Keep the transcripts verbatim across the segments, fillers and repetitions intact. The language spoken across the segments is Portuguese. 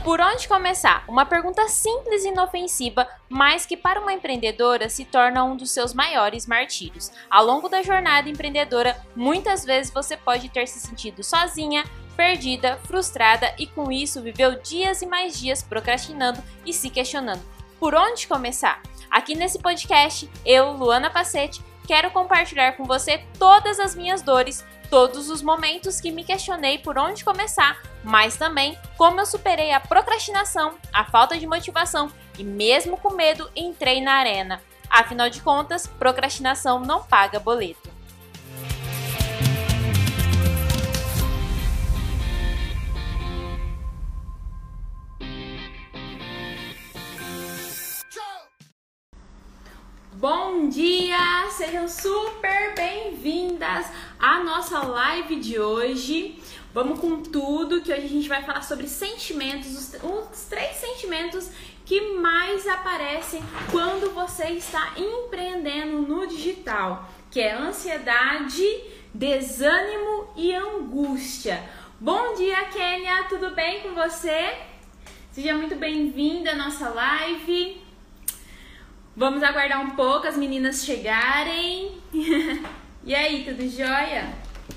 Por onde começar? Uma pergunta simples e inofensiva, mas que para uma empreendedora se torna um dos seus maiores martírios. Ao longo da jornada empreendedora, muitas vezes você pode ter se sentido sozinha, perdida, frustrada e com isso viveu dias e mais dias procrastinando e se questionando. Por onde começar? Aqui nesse podcast, eu, Luana Pacete, quero compartilhar com você todas as minhas dores, todos os momentos que me questionei por onde começar, mas também como eu superei a procrastinação, a falta de motivação e mesmo com medo entrei na arena. Afinal de contas, procrastinação não paga boleto. Bom dia! Sejam super bem-vindas à nossa live de hoje. Vamos com tudo, que hoje a gente vai falar sobre sentimentos, os, os três sentimentos que mais aparecem quando você está empreendendo no digital, que é ansiedade, desânimo e angústia. Bom dia, Kênia! Tudo bem com você? Seja muito bem-vinda à nossa live. Vamos aguardar um pouco as meninas chegarem. E aí, tudo jóia?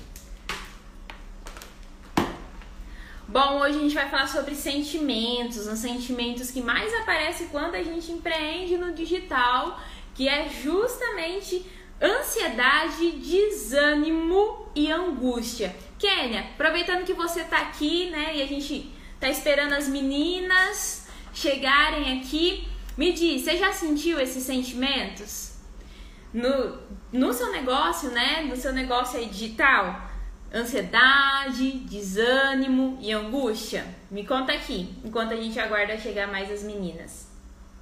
Bom, hoje a gente vai falar sobre sentimentos, os sentimentos que mais aparecem quando a gente empreende no digital, que é justamente ansiedade, desânimo e angústia. Kênia, aproveitando que você tá aqui, né, e a gente tá esperando as meninas chegarem aqui, me diz, você já sentiu esses sentimentos no, no seu negócio, né? No seu negócio aí digital? Ansiedade, desânimo e angústia? Me conta aqui, enquanto a gente aguarda chegar mais as meninas.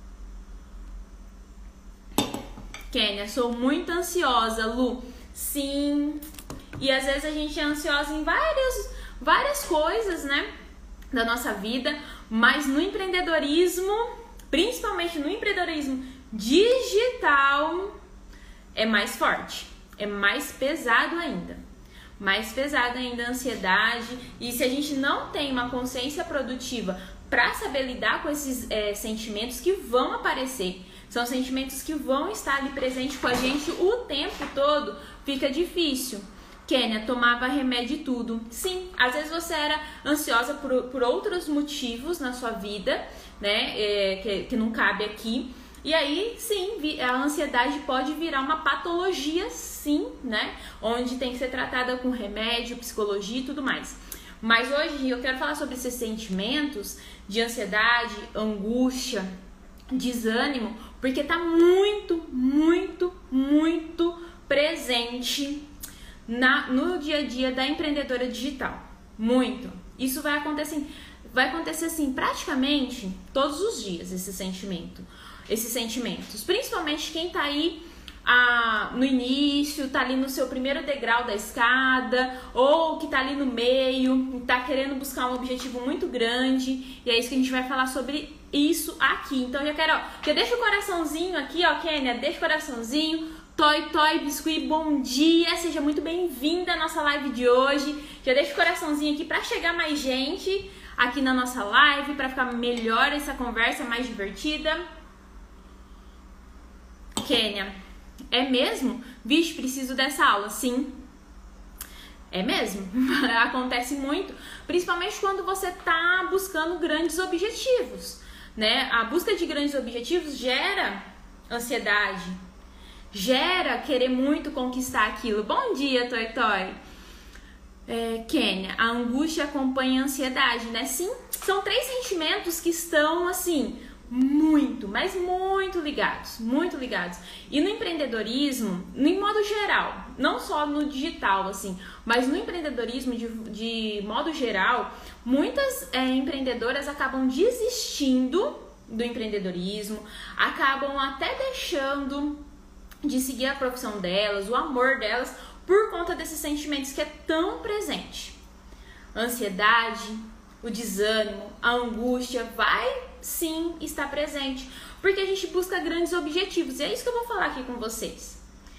Kênia, sou muito ansiosa, Lu. Sim. E às vezes a gente é ansiosa em várias, várias coisas, né? Da nossa vida, mas no empreendedorismo, principalmente no empreendedorismo digital, é mais forte, é mais pesado ainda, mais pesado ainda a ansiedade. E se a gente não tem uma consciência produtiva para saber lidar com esses é, sentimentos que vão aparecer, são sentimentos que vão estar ali presentes com a gente o tempo todo, fica difícil. Kênia, tomava remédio e tudo. Sim, às vezes você era ansiosa por, por outros motivos na sua vida, né, é, que, que não cabe aqui. E aí, sim, a ansiedade pode virar uma patologia, sim, né, onde tem que ser tratada com remédio, psicologia e tudo mais. Mas hoje eu quero falar sobre esses sentimentos de ansiedade, angústia, desânimo, porque tá muito, muito, muito presente Na, no dia a dia da empreendedora digital. Muito. Isso vai acontecer, vai acontecer assim, praticamente todos os dias, esse sentimento. Esses sentimentos. Principalmente quem tá aí ah, no início, tá ali no seu primeiro degrau da escada, ou que tá ali no meio, tá querendo buscar um objetivo muito grande. E é isso que a gente vai falar sobre isso aqui. Então já quero, ó, já deixa o coraçãozinho aqui, ó, Kênia, deixa o coraçãozinho. Toy Toy Biscuit, bom dia, seja muito bem-vinda à nossa live de hoje. Já deixa o coraçãozinho aqui para chegar mais gente aqui na nossa live, para ficar melhor essa conversa, mais divertida. Kênia, é mesmo? Vixe, preciso dessa aula, sim. É mesmo, acontece muito, principalmente quando você tá buscando grandes objetivos, né? A busca de grandes objetivos gera ansiedade, gera querer muito conquistar aquilo. Bom dia, Toy Toy. É, Kênia, a angústia acompanha a ansiedade, né? Sim, são três sentimentos que estão, assim, muito, mas muito ligados, muito ligados. E no empreendedorismo, em modo geral, não só no digital, assim, mas no empreendedorismo de, de modo geral, muitas é, empreendedoras acabam desistindo do empreendedorismo, acabam até deixando de seguir a profissão delas, o amor delas, por conta desses sentimentos que é tão presente. A ansiedade, o desânimo, a angústia vai sim estar presente, porque a gente busca grandes objetivos, e é isso que eu vou falar aqui com vocês.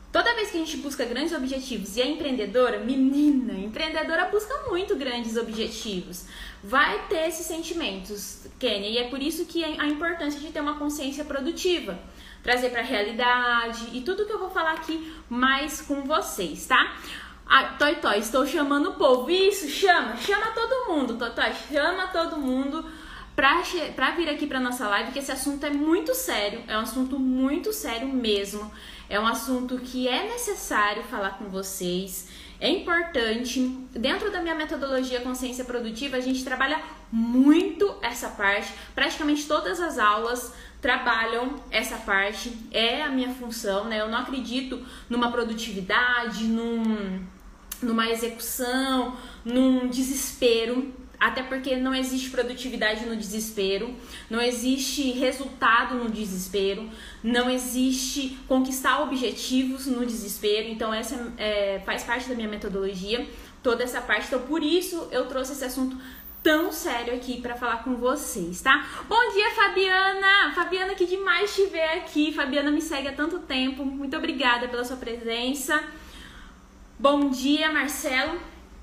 Toda vez que a gente busca grandes objetivos e é empreendedora, menina, empreendedora busca muito grandes objetivos. Vai ter esses sentimentos, Kênia, e é por isso que é a importância de ter uma consciência produtiva. Trazer para a realidade e tudo que eu vou falar aqui mais com vocês, tá? Ah, Toy Toy, estou chamando o povo. Isso, chama, chama todo mundo, Toy Toy, chama todo mundo pra, pra vir aqui pra nossa live, que esse assunto é muito sério, é um assunto muito sério mesmo. É um assunto que é necessário falar com vocês, é importante. Dentro da minha metodologia Consciência Produtiva, a gente trabalha muito essa parte, praticamente todas as aulas trabalham essa parte, é a minha função, né? Eu não acredito numa produtividade, num, numa execução, num desespero. Até porque não existe produtividade no desespero, não existe resultado no desespero, não existe conquistar objetivos no desespero. Então essa é, faz parte da minha metodologia, toda essa parte. Então por isso eu trouxe esse assunto tão sério aqui para falar com vocês, tá? Bom dia, Fabiana! Fabiana, que demais te ver aqui. Fabiana me segue há tanto tempo. Muito obrigada pela sua presença. Bom dia, Marcelo.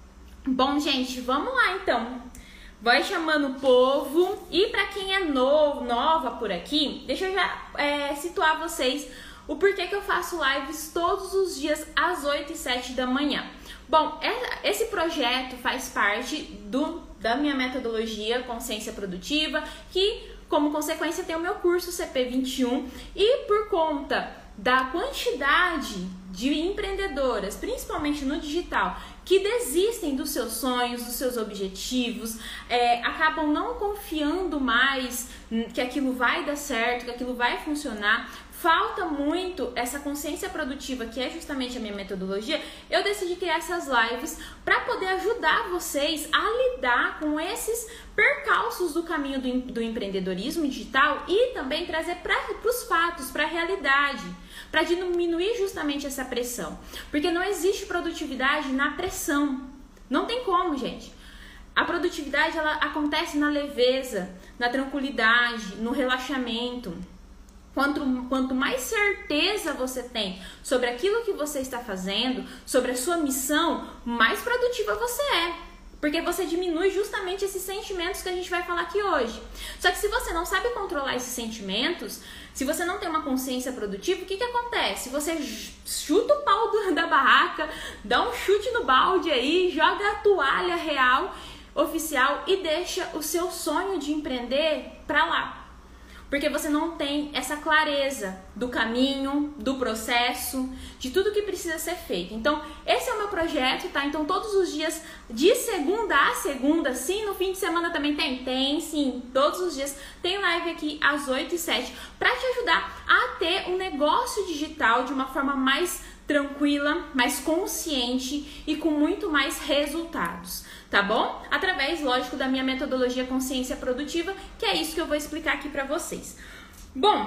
Bom, gente, vamos lá então. Vai chamando o povo. E para quem é novo, nova por aqui, deixa eu já é, situar vocês o porquê que eu faço lives todos os dias às oito e sete da manhã. Bom, esse projeto faz parte do, da minha metodologia Consciência Produtiva, que como consequência tem o meu curso C P vinte e um, e por conta da quantidade de empreendedoras, principalmente no digital, que desistem dos seus sonhos, dos seus objetivos, é, acabam não confiando mais que aquilo vai dar certo, que aquilo vai funcionar. Falta muito essa consciência produtiva, que é justamente a minha metodologia. Eu decidi criar essas lives para poder ajudar vocês a lidar com esses percalços do caminho do, do empreendedorismo digital e também trazer para os fatos, para a realidade, para diminuir justamente essa pressão. Porque não existe produtividade na pressão. Não tem como, gente. A produtividade ela acontece na leveza, na tranquilidade, no relaxamento. Quanto, quanto mais certeza você tem sobre aquilo que você está fazendo, sobre a sua missão, mais produtiva você é. Porque você diminui justamente esses sentimentos que a gente vai falar aqui hoje. Só que se você não sabe controlar esses sentimentos, se você não tem uma consciência produtiva, o que que acontece? Você chuta o pau do, da barraca, dá um chute no balde aí, joga a toalha real, oficial e deixa o seu sonho de empreender pra lá. Porque você não tem essa clareza do caminho, do processo, de tudo que precisa ser feito. Então, esse é o meu projeto, tá? Então, todos os dias, de segunda a segunda, sim, no fim de semana também tem? Tem, sim, todos os dias tem live aqui às oito e sete para te ajudar a ter um negócio digital de uma forma mais tranquila, mais consciente e com muito mais resultados. Tá bom? Através, lógico, da minha metodologia Consciência Produtiva, que é isso que eu vou explicar aqui pra vocês. Bom,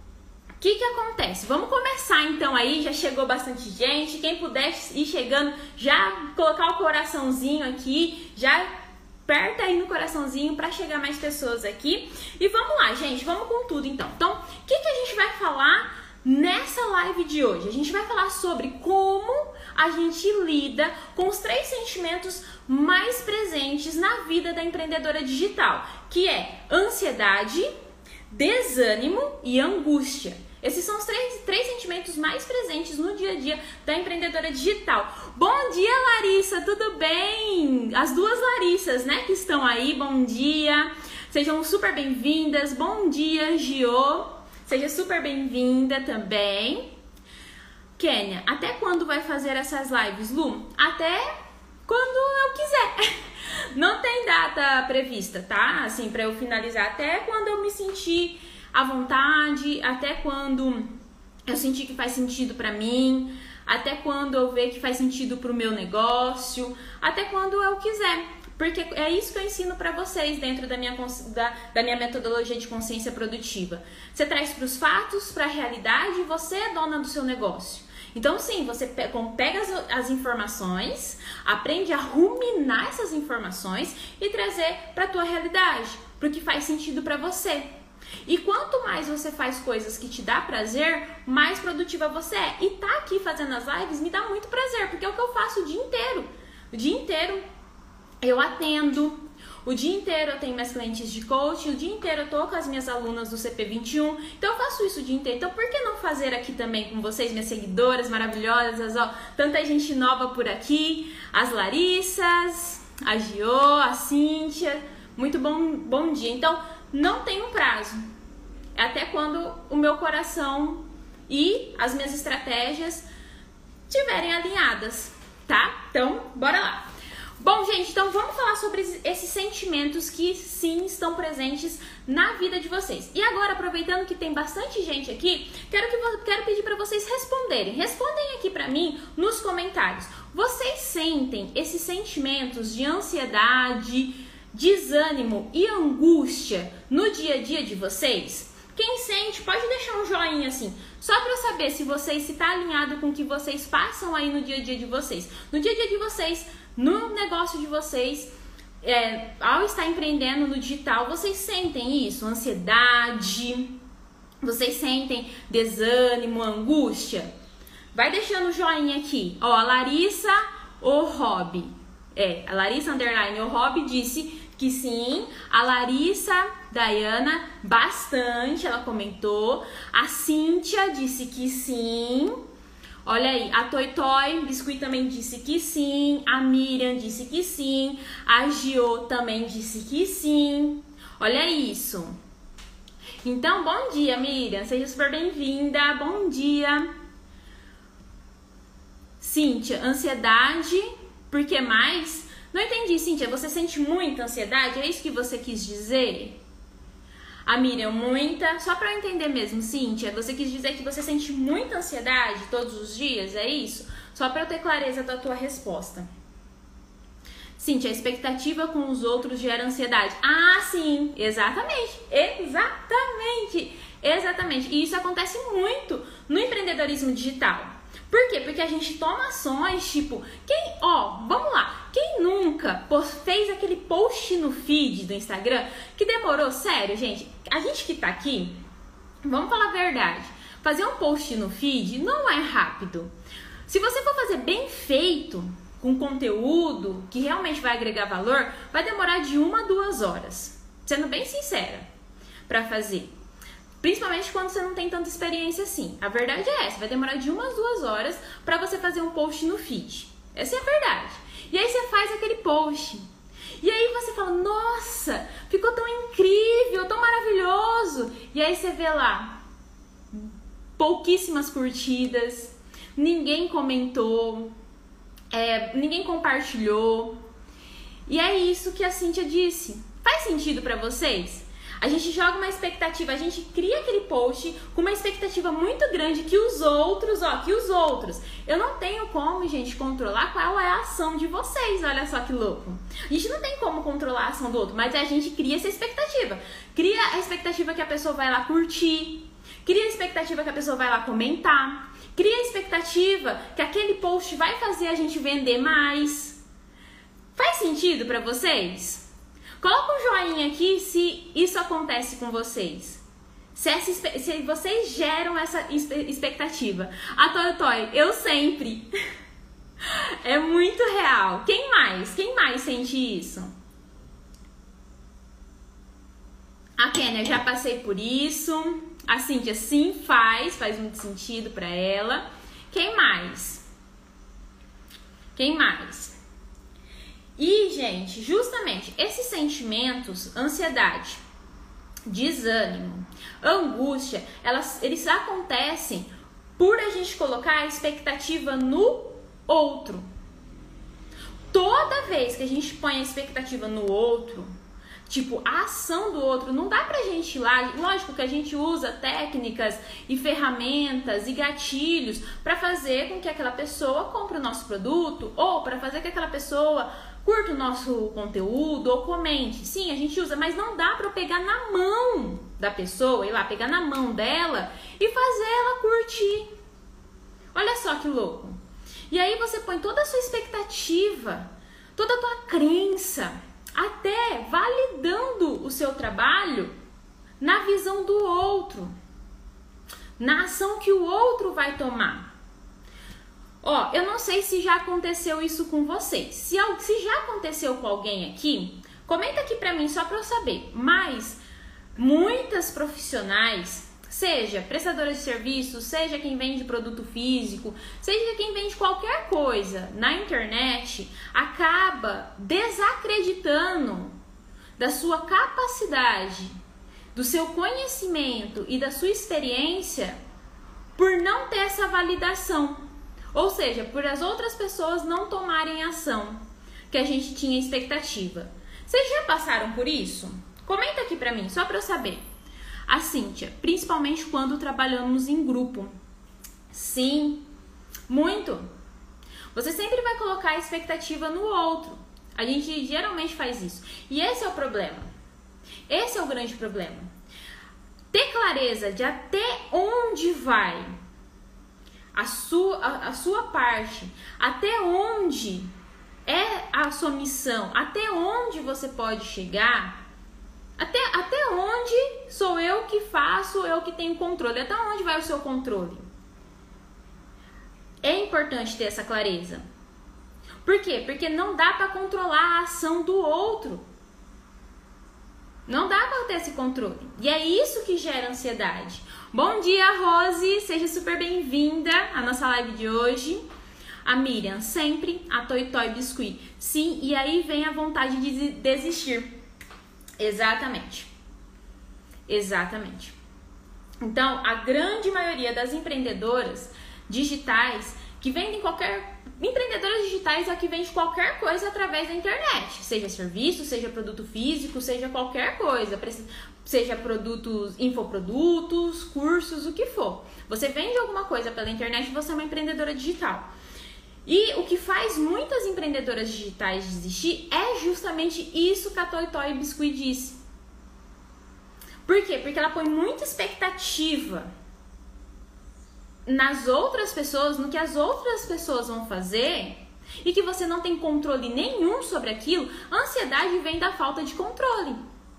o que que acontece? Vamos começar então aí, já chegou bastante gente, quem puder ir chegando, já colocar o coraçãozinho aqui, já aperta aí no coraçãozinho pra chegar mais pessoas aqui. E vamos lá, gente, vamos com tudo então. Então, o que que a gente vai falar nessa live de hoje? A gente vai falar sobre como a gente lida com os três sentimentos mais presentes na vida da empreendedora digital, que é ansiedade, desânimo e angústia. Esses são os três, três sentimentos mais presentes no dia a dia da empreendedora digital. Bom dia, Larissa, tudo bem? As duas Larissas, né, que estão aí, bom dia. Sejam super bem-vindas. Bom dia, Gio. Seja super bem-vinda também. Kênia, até quando vai fazer essas lives, Lu? Até quando eu quiser. Não tem data prevista, tá? Assim, pra eu finalizar. Até quando eu me sentir à vontade, até quando eu sentir que faz sentido pra mim, até quando eu ver que faz sentido pro meu negócio, até quando eu quiser. Porque é isso que eu ensino para vocês dentro da minha, da, da minha metodologia de consciência produtiva. Você traz para os fatos, para a realidade, e você é dona do seu negócio. Então sim, você pega as, as informações, aprende a ruminar essas informações e trazer para a tua realidade, para o que faz sentido para você. E quanto mais você faz coisas que te dá prazer, mais produtiva você é. E tá aqui fazendo as lives me dá muito prazer, porque é o que eu faço o dia inteiro. O dia inteiro eu atendo, o dia inteiro eu tenho minhas clientes de coaching, o dia inteiro eu tô com as minhas alunas do C P vinte e um, então eu faço isso o dia inteiro. Então por que não fazer aqui também com vocês, minhas seguidoras maravilhosas, ó, tanta gente nova por aqui, as Larissas, a Gio, a Cíntia, muito bom, bom dia. Então não tem um prazo, é até quando o meu coração e as minhas estratégias estiverem alinhadas, tá? Então bora lá. Bom, gente, então vamos falar sobre esses sentimentos que sim estão presentes na vida de vocês. E agora, aproveitando que tem bastante gente aqui, quero, que, quero pedir para vocês responderem. Respondem aqui para mim nos comentários. Vocês sentem esses sentimentos de ansiedade, desânimo e angústia no dia a dia de vocês? Quem sente, pode deixar um joinha assim, só para eu saber se vocês, se tá alinhado com o que vocês passam aí no dia a dia de vocês. No dia a dia de vocês, no negócio de vocês, é, ao estar empreendendo no digital, vocês sentem isso? Ansiedade? Vocês sentem desânimo, angústia? Vai deixando o joinha aqui. Ó, a Larissa ou Hobby. É, a Larissa Underline ou Hobby disse que sim. A Larissa Dayana, bastante, ela comentou. A Cíntia disse que sim. Olha aí, a Toy Toy Biscuit também disse que sim, a Miriam disse que sim, a Gio também disse que sim. Olha isso. Então, bom dia, Miriam, seja super bem-vinda, bom dia. Cíntia, ansiedade, por que mais? Não entendi, Cíntia, você sente muita ansiedade? É isso que você quis dizer? A Miriam, muita. Só para eu entender mesmo, Cíntia, você quis dizer que você sente muita ansiedade todos os dias? É isso? Só para eu ter clareza da tua resposta. Cíntia, a expectativa com os outros gera ansiedade. Ah, sim, exatamente, exatamente, exatamente. E isso acontece muito no empreendedorismo digital. Por quê? Porque a gente toma ações, tipo, quem, ó, vamos lá, quem nunca fez aquele post no feed do Instagram que demorou, sério, gente, a gente que tá aqui, vamos falar a verdade, fazer um post no feed não é rápido. Se você for fazer bem feito, com conteúdo que realmente vai agregar valor, vai demorar de uma a duas horas, sendo bem sincera, pra fazer. Principalmente quando você não tem tanta experiência assim. A verdade é essa, vai demorar de umas duas horas para você fazer um post no feed. Essa é a verdade. E aí você faz aquele post. E aí você fala, nossa, ficou tão incrível, tão maravilhoso. E aí você vê lá, pouquíssimas curtidas, ninguém comentou, é, ninguém compartilhou. E é isso que a Cíntia disse. Faz sentido para vocês? A gente joga uma expectativa, a gente cria aquele post com uma expectativa muito grande que os outros, ó, que os outros. Eu não tenho como, gente, controlar qual é a ação de vocês, olha só que louco. A gente não tem como controlar a ação do outro, mas a gente cria essa expectativa. Cria a expectativa que a pessoa vai lá curtir, cria a expectativa que a pessoa vai lá comentar, cria a expectativa que aquele post vai fazer a gente vender mais. Faz sentido pra vocês? Coloca um joinha aqui se isso acontece com vocês. Se, essa, se vocês geram essa expectativa. A Toy Toy, eu sempre. É muito real. Quem mais? Quem mais sente isso? A Kênia, já passei por isso. A Cíntia, sim, faz. Faz muito sentido pra ela. Quem mais? Quem mais? E, gente, justamente esses sentimentos, ansiedade, desânimo, angústia, elas, eles acontecem por a gente colocar a expectativa no outro. Toda vez que a gente põe a expectativa no outro, tipo, a ação do outro, não dá pra gente ir lá, lógico que a gente usa técnicas e ferramentas e gatilhos pra fazer com que aquela pessoa compre o nosso produto ou pra fazer com que aquela pessoa curta o nosso conteúdo ou comente. Sim, a gente usa, mas não dá pra eu pegar na mão da pessoa, ir lá pegar na mão dela e fazer ela curtir. Olha só que louco. E aí você põe toda a sua expectativa, toda a tua crença, até validando o seu trabalho na visão do outro, na ação que o outro vai tomar. Ó, eu não sei se já aconteceu isso com vocês. Se, se já aconteceu com alguém aqui, comenta aqui pra mim só pra eu saber. Mas muitas profissionais, seja prestadora de serviço, seja quem vende produto físico, seja quem vende qualquer coisa na internet, acaba desacreditando da sua capacidade, do seu conhecimento e da sua experiência por não ter essa validação. Ou seja, por as outras pessoas não tomarem a ação que a gente tinha expectativa. Vocês já passaram por isso? Comenta aqui pra mim, só pra eu saber. A Cíntia, principalmente quando trabalhamos em grupo. Sim, muito. Você sempre vai colocar a expectativa no outro. A gente geralmente faz isso. E esse é o problema. Esse é o grande problema. Ter clareza de até onde vai a sua, a, a sua parte, até onde é a sua missão, até onde você pode chegar, até, até onde sou eu que faço, eu que tenho controle, até onde vai o seu controle. É importante ter essa clareza. Por quê? Porque não dá para controlar a ação do outro. Não dá para ter esse controle. E é isso que gera ansiedade. Bom dia, Rose. Seja super bem-vinda à nossa live de hoje. A Miriam, sempre. A Toy Toy Biscuit. Sim, e aí vem a vontade de desistir. Exatamente. Exatamente. Então, a grande maioria das empreendedoras digitais que vendem qualquer... Empreendedoras digitais é que vende qualquer coisa através da internet, seja serviço, seja produto físico, seja qualquer coisa, seja produtos, infoprodutos, cursos, o que for. Você vende alguma coisa pela internet, você é uma empreendedora digital. E o que faz muitas empreendedoras digitais desistir é justamente isso que a Toy Toy Biscuit disse. Por quê? Porque ela põe muita expectativa nas outras pessoas, no que as outras pessoas vão fazer, e que você não tem controle nenhum sobre aquilo. A ansiedade vem da falta de controle.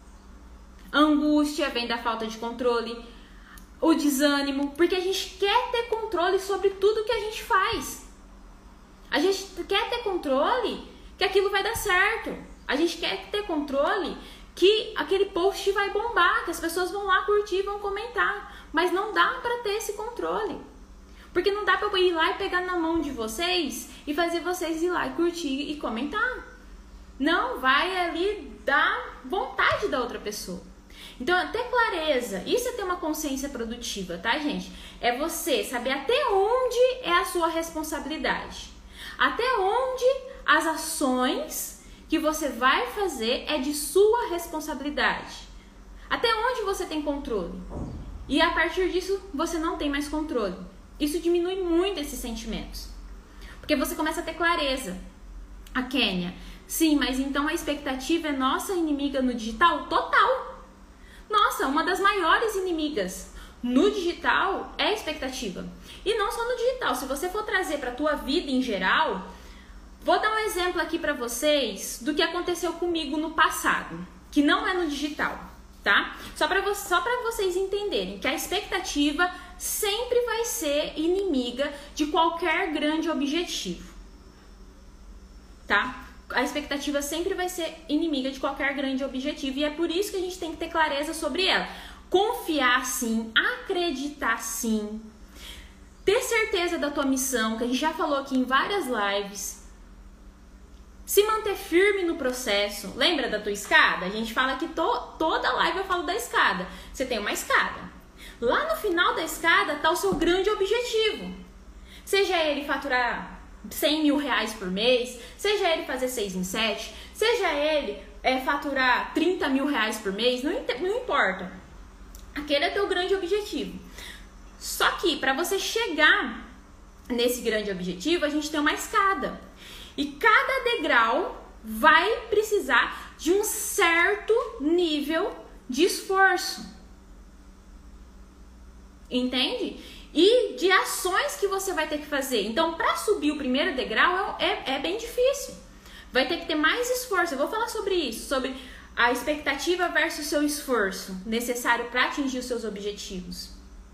A angústia vem da falta de controle. O desânimo, porque a gente quer ter controle sobre tudo que a gente faz. A gente quer ter controle que aquilo vai dar certo. A gente quer ter controle que aquele post vai bombar, que as pessoas vão lá curtir, vão comentar. Mas não dá para ter esse controle. Porque não dá pra eu ir lá e pegar na mão de vocês e fazer vocês ir lá e curtir e comentar. Não, vai ali dar vontade da outra pessoa. Então, ter clareza, isso é ter uma consciência produtiva, tá, gente? É você saber até onde é a sua responsabilidade. Até onde as ações que você vai fazer é de sua responsabilidade. Até onde você tem controle. E a partir disso, você não tem mais controle. Isso diminui muito esses sentimentos. Porque você começa a ter clareza. A Kênia, sim, mas então a expectativa é nossa inimiga no digital? Total! Nossa, uma das maiores inimigas no digital é a expectativa. E não só no digital, se você for trazer para a tua vida em geral, vou dar um exemplo aqui para vocês do que aconteceu comigo no passado, que não é no digital, tá? Só para vo- só para vocês entenderem que a expectativa sempre vai ser inimiga de qualquer grande objetivo, tá? A expectativa sempre vai ser inimiga de qualquer grande objetivo e é por isso que a gente tem que ter clareza sobre ela. Confiar sim, acreditar sim, ter certeza da tua missão, que a gente já falou aqui em várias lives. Se manter firme no processo. Lembra da tua escada? A gente fala que to, toda live eu falo da escada. Você tem uma escada. Lá no final da escada está o seu grande objetivo. Seja ele faturar cem mil reais por mês, seja ele fazer seis em sete, seja ele é, faturar trinta mil reais por mês, não, não importa. Aquele é teu grande objetivo. Só que para você chegar nesse grande objetivo, a gente tem uma escada. E cada degrau vai precisar de um certo nível de esforço. Entende? E de ações que você vai ter que fazer. Então, para subir o primeiro degrau é, é, é bem difícil. Vai ter que ter mais esforço. Eu vou falar sobre isso, sobre a expectativa versus o seu esforço necessário para atingir os seus objetivos.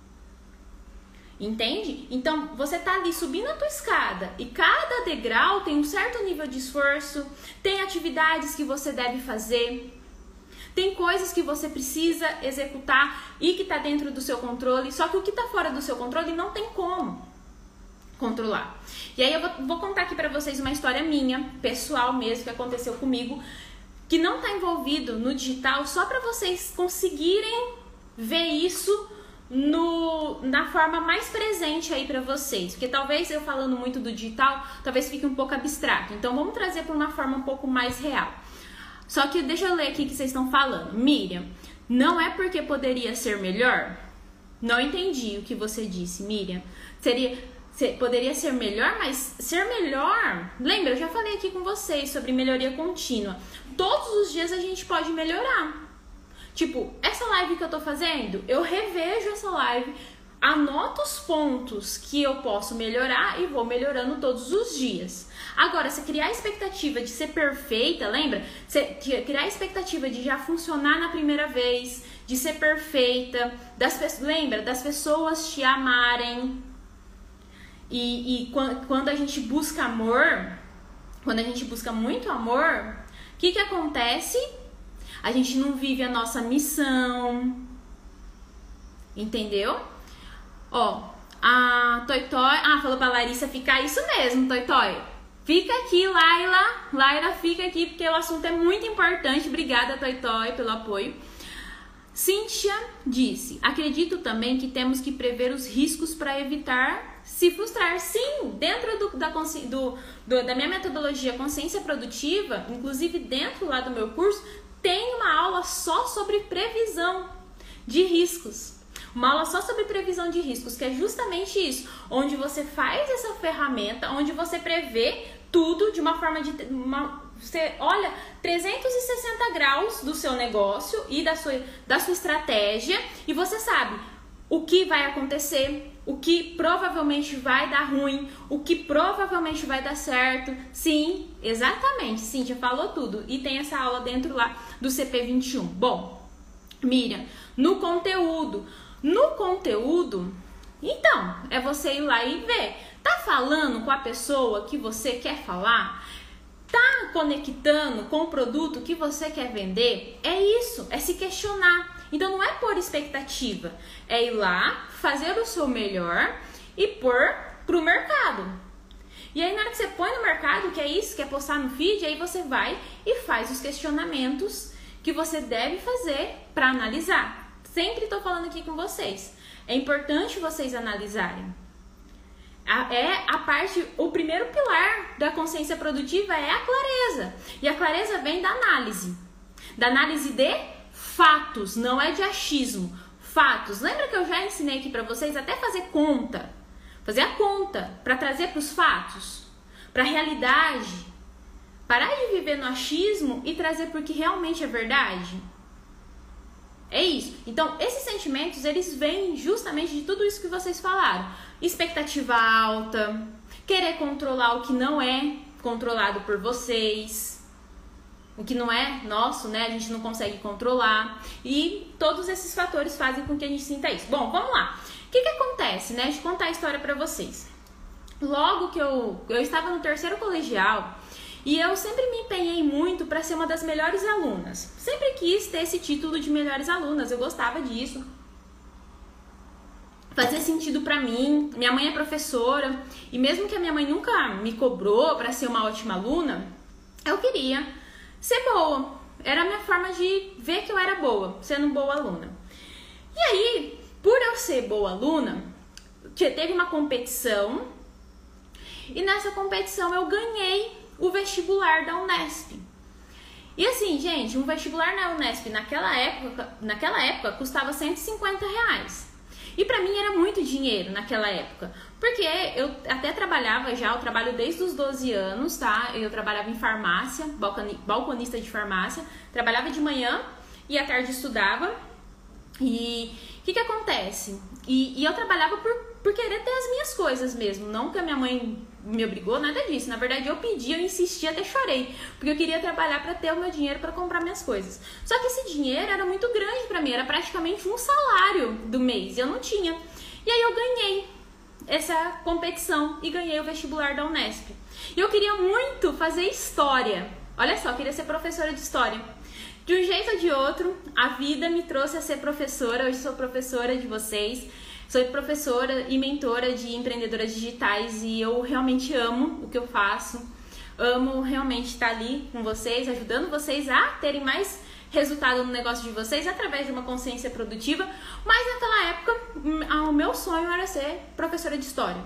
Entende? Então, você tá ali subindo a tua escada e cada degrau tem um certo nível de esforço, tem atividades que você deve fazer, tem coisas que você precisa executar e que tá dentro do seu controle, só que o que tá fora do seu controle não tem como controlar. E aí eu vou, vou contar aqui pra vocês uma história minha, pessoal mesmo, que aconteceu comigo, que não tá envolvido no digital, só pra vocês conseguirem ver isso No, na forma mais presente aí pra vocês, porque talvez eu falando muito do digital, talvez fique um pouco abstrato, então vamos trazer para uma forma um pouco mais real. Só que deixa eu ler aqui o que vocês estão falando. Miriam, não é porque poderia ser melhor? Não entendi o que você disse, Miriam. Seria, se, poderia ser melhor, mas ser melhor, lembra, eu já falei aqui com vocês sobre melhoria contínua. Todos os dias a gente pode melhorar. Tipo, essa live que eu tô fazendo, eu revejo essa live, anoto os pontos que eu posso melhorar e vou melhorando todos os dias. Agora, se criar a expectativa de ser perfeita, lembra? Você criar a expectativa de já funcionar na primeira vez, de ser perfeita, das, lembra? Das pessoas te amarem. E, e quando a gente busca amor, quando a gente busca muito amor, o que que acontece? A gente não vive a nossa missão, entendeu? Ó, a Toitói, ah, falou pra Larissa ficar, isso mesmo, Toitói. Fica aqui, Laila, Laila fica aqui porque o assunto é muito importante. Obrigada, Toitói, pelo apoio. Cíntia disse, acredito também que temos que prever os riscos para evitar se frustrar. Sim, dentro do, da, do, do, da minha metodologia Consciência Produtiva, inclusive dentro lá do meu curso, tem uma aula só sobre previsão de riscos. Uma aula só sobre previsão de riscos, que é justamente isso. Onde você faz essa ferramenta, onde você prevê tudo de uma forma de... Uma, você olha trezentos e sessenta graus do seu negócio e da sua, da sua estratégia. E você sabe o que vai acontecer, o que provavelmente vai dar ruim, o que provavelmente vai dar certo. Sim, exatamente, Cíntia falou tudo. E tem essa aula dentro lá do C P vinte e um. Bom, Miriam, no conteúdo. No conteúdo, então, é você ir lá e ver. Tá falando com a pessoa que você quer falar? Tá conectando com o produto que você quer vender? É isso, é se questionar. Então não é pôr expectativa, é ir lá, fazer o seu melhor e pôr pro mercado. E aí na hora que você põe no mercado, que é isso, que é postar no feed, aí você vai e faz os questionamentos que você deve fazer para analisar. Sempre tô falando aqui com vocês. É importante vocês analisarem. É a parte, o primeiro pilar da consciência produtiva é a clareza. E a clareza vem da análise. Da análise de fatos, não é de achismo. Fatos. Lembra que eu já ensinei aqui para vocês até fazer conta? Fazer a conta para trazer para os fatos, para a realidade. Parar de viver no achismo e trazer porque realmente é verdade. É isso. Então, esses sentimentos, eles vêm justamente de tudo isso que vocês falaram. Expectativa alta, querer controlar o que não é controlado por vocês, o que não é nosso, né? A gente não consegue controlar. E todos esses fatores fazem com que a gente sinta isso. Bom, vamos lá. O que que acontece, né? Deixa eu contar a história pra vocês. Logo que eu, eu estava no terceiro colegial, e eu sempre me empenhei muito para ser uma das melhores alunas. Sempre quis ter esse título de melhores alunas, eu gostava disso. Fazia sentido para mim. Minha mãe é professora, e mesmo que a minha mãe nunca me cobrou para ser uma ótima aluna, eu queria ser boa. Era a minha forma de ver que eu era boa, sendo boa aluna. E aí, por eu ser boa aluna, teve uma competição, e nessa competição eu ganhei o vestibular da Unesp. E assim, gente, um vestibular na Unesp naquela época, naquela época custava cento e cinquenta reais. E pra mim era muito dinheiro naquela época. Porque eu até trabalhava já, eu trabalho desde os doze anos, tá? Eu trabalhava em farmácia, balconista de farmácia. Trabalhava de manhã e à tarde estudava. E o que que acontece? E, e eu trabalhava por por querer ter as minhas coisas mesmo. Não que a minha mãe me obrigou, nada disso. Na verdade, eu pedi, eu insisti, até chorei. Porque eu queria trabalhar para ter o meu dinheiro para comprar minhas coisas. Só que esse dinheiro era muito grande para mim. Era praticamente um salário do mês. E eu não tinha. E aí eu ganhei essa competição e ganhei o vestibular da Unesp. E eu queria muito fazer história. Olha só, eu queria ser professora de história. De um jeito ou de outro, a vida me trouxe a ser professora. Hoje sou professora de vocês. Sou professora e mentora de empreendedoras digitais e eu realmente amo o que eu faço. Amo realmente estar ali com vocês, ajudando vocês a terem mais resultado no negócio de vocês através de uma consciência produtiva. Mas naquela época, o meu sonho era ser professora de história.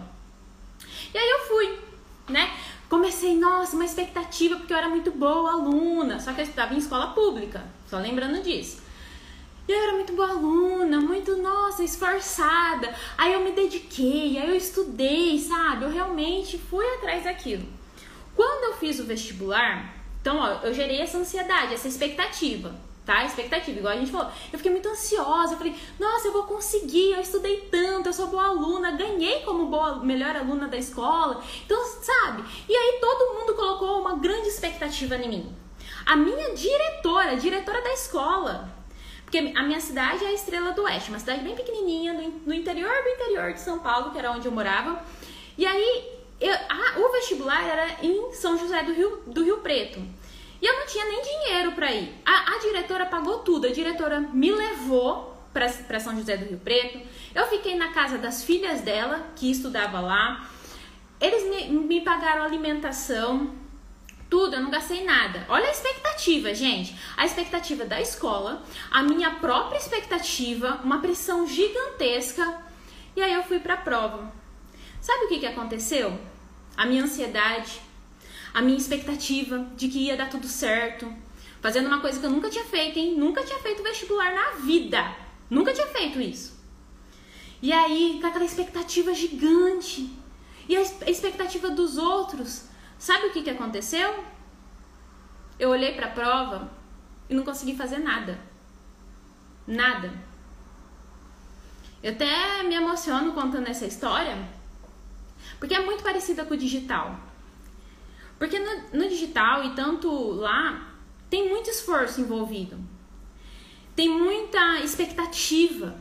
E aí eu fui, né? Comecei, nossa, uma expectativa, porque eu era muito boa aluna. Só que eu estudava em escola pública, só lembrando disso. E eu era muito boa aluna, muito, nossa, esforçada. Aí eu me dediquei, aí eu estudei, sabe? Eu realmente fui atrás daquilo. Quando eu fiz o vestibular, então, ó, eu gerei essa ansiedade, essa expectativa, tá? Expectativa, igual a gente falou. Eu fiquei muito ansiosa, eu falei, nossa, eu vou conseguir, eu estudei tanto, eu sou boa aluna, ganhei como boa, melhor aluna da escola. Então, sabe? E aí todo mundo colocou uma grande expectativa em mim. A minha diretora, a diretora da escola... Porque a minha cidade é a Estrela do Oeste, uma cidade bem pequenininha, no interior do interior de São Paulo, que era onde eu morava. E aí, eu, a, o vestibular era em São José do Rio, do Rio Preto. E eu não tinha nem dinheiro para ir. A, a diretora pagou tudo, a diretora me levou para São José do Rio Preto. Eu fiquei na casa das filhas dela, que estudava lá. Eles me, me pagaram alimentação. Tudo, eu não gastei nada. Olha a expectativa, gente. A expectativa da escola, a minha própria expectativa, uma pressão gigantesca. E aí eu fui pra prova. Sabe o que que aconteceu? A minha ansiedade, a minha expectativa de que ia dar tudo certo. Fazendo uma coisa que eu nunca tinha feito, hein? Nunca tinha feito vestibular na vida. Nunca tinha feito isso. E aí, com aquela expectativa gigante. E a expectativa dos outros... Sabe o que que aconteceu? Eu olhei para a prova e não consegui fazer nada. Nada. Eu até me emociono contando essa história, porque é muito parecida com o digital. Porque no, no digital, e tanto lá, tem muito esforço envolvido. Tem muita expectativa.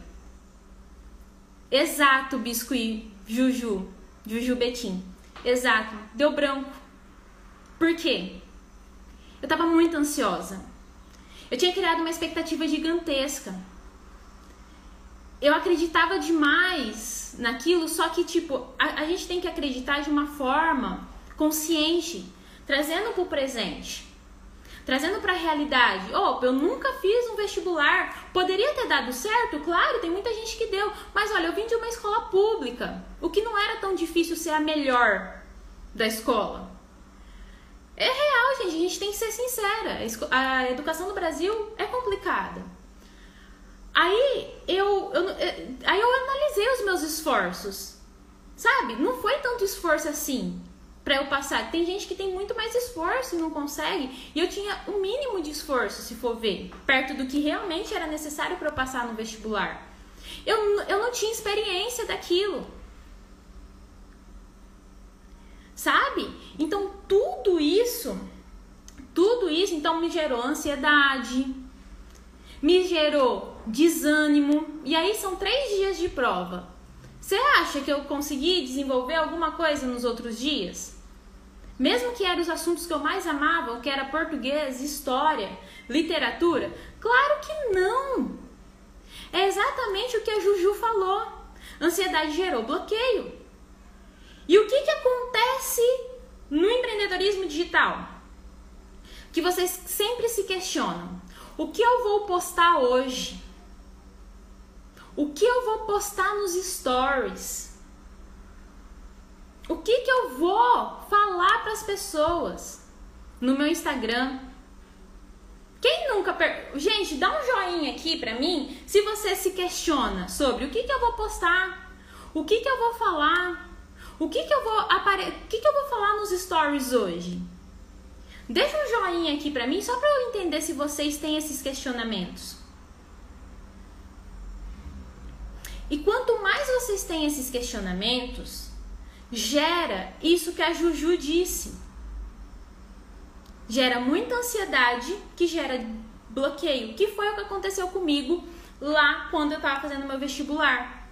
Exato, Biscuit, Juju, Juju Betim. Exato, deu branco. Por quê? Eu tava muito ansiosa. Eu tinha criado uma expectativa gigantesca. Eu acreditava demais naquilo, só que, tipo, a, a gente tem que acreditar de uma forma consciente, trazendo pro presente, trazendo pra realidade. Opa, eu nunca fiz um vestibular. Poderia ter dado certo? Claro, tem muita gente que deu. Mas olha, eu vim de uma escola pública, o que não era tão difícil ser a melhor da escola. É real, gente, a gente tem que ser sincera. A educação no Brasil é complicada. Aí eu, eu, aí eu analisei os meus esforços, sabe? Não foi tanto esforço assim pra eu passar. Tem gente que tem muito mais esforço e não consegue. E eu tinha o mínimo de esforço, se for ver, perto do que realmente era necessário pra eu passar no vestibular. Eu, eu não tinha experiência daquilo. Sabe? Então tudo isso, tudo isso então me gerou ansiedade, me gerou desânimo. E aí são três dias de prova. Você acha que eu consegui desenvolver alguma coisa nos outros dias? Mesmo que eram os assuntos que eu mais amava, que era português, história, literatura? Claro que não! É exatamente o que a Juju falou. Ansiedade gerou bloqueio. E o que que acontece no empreendedorismo digital? Que vocês sempre se questionam. O que eu vou postar hoje? O que eu vou postar nos stories? O que que eu vou falar para as pessoas no meu Instagram? Quem nunca... Per... Gente, dá um joinha aqui pra mim se você se questiona sobre o que que eu vou postar, o que que eu vou falar, o que que eu vou apare... o que que eu vou falar nos stories hoje. Deixa um joinha aqui pra mim só pra eu entender se vocês têm esses questionamentos. E quanto mais vocês têm esses questionamentos, gera isso que a Juju disse. Gera muita ansiedade, que gera bloqueio, que foi o que aconteceu comigo lá quando eu estava fazendo meu vestibular.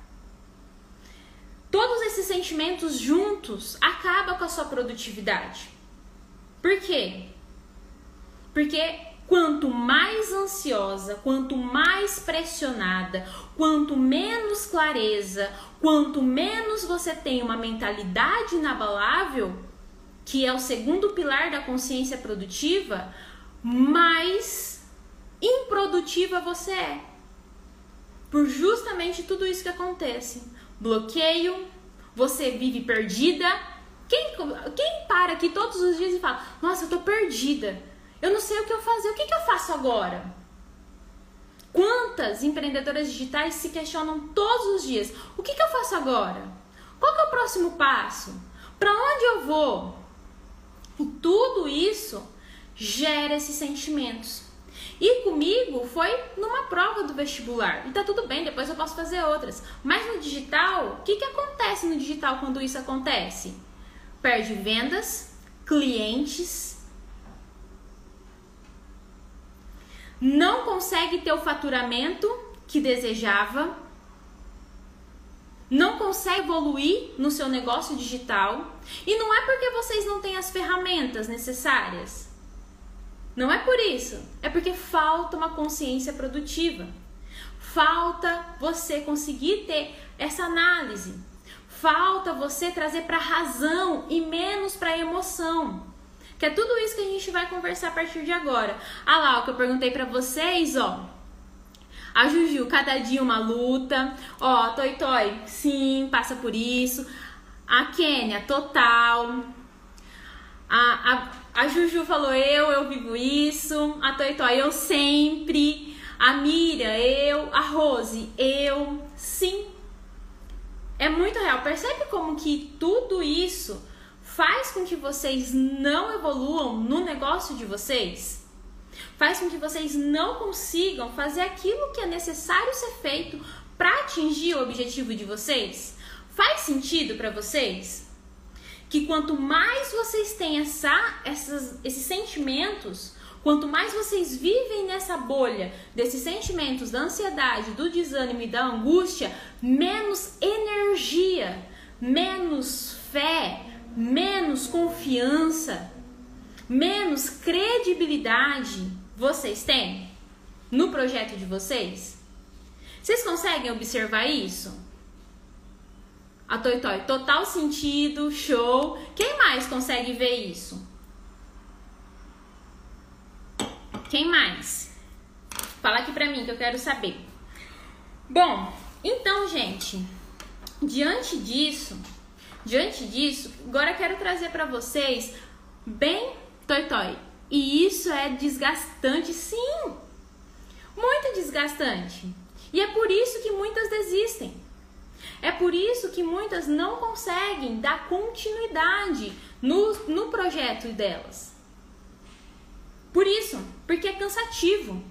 Todos esses sentimentos juntos acabam com a sua produtividade. Por quê? Porque quanto mais ansiosa, quanto mais pressionada, quanto menos clareza, quanto menos você tem uma mentalidade inabalável, que é o segundo pilar da consciência produtiva, mais improdutiva você é. Por justamente tudo isso que acontece. Bloqueio, você vive perdida. Quem, quem para aqui todos os dias e fala, nossa, eu tô perdida, eu não sei o que eu fazer, o que, que eu faço agora? Quantas empreendedoras digitais se questionam todos os dias, o que, que eu faço agora? Qual que é o próximo passo? Para onde eu vou? E tudo isso gera esses sentimentos. E comigo foi numa prova do vestibular. E tá tudo bem, depois eu posso fazer outras. Mas no digital, o que, que acontece no digital quando isso acontece? Perde vendas, clientes, não consegue ter o faturamento que desejava, não consegue evoluir no seu negócio digital. E não é porque vocês não têm as ferramentas necessárias. Não é por isso. É porque falta uma consciência produtiva. Falta você conseguir ter essa análise. Falta você trazer para a razão e menos para a emoção. Que é tudo isso que a gente vai conversar a partir de agora. Ah lá, o que eu perguntei para vocês, ó. A Juju, cada dia uma luta. Ó, a Toi Toi, sim, passa por isso. A Kênia, total. A, a, a Juju falou, eu, eu vivo isso. A Toi Toi, eu sempre. A Miriam, eu. A Rose, eu. Sim. É muito real. Percebe como que tudo isso faz com que vocês não evoluam no negócio de vocês? Faz com que vocês não consigam fazer aquilo que é necessário ser feito para atingir o objetivo de vocês? Faz sentido para vocês? Que quanto mais vocês têm essa, essas, esses sentimentos, quanto mais vocês vivem nessa bolha desses sentimentos da ansiedade, do desânimo e da angústia, menos energia, menos fé, menos confiança, menos credibilidade vocês têm no projeto de vocês? Vocês conseguem observar isso? A Toi Toi, total sentido, show. Quem mais consegue ver isso? Quem mais? Fala aqui pra mim que eu quero saber. Bom, então, gente, diante disso, diante disso, agora eu quero trazer pra vocês bem Toi Toi. E isso é desgastante, sim. Muito desgastante. E é por isso que muitas desistem. É por isso que muitas não conseguem dar continuidade no, no projeto delas. Por isso, porque é cansativo.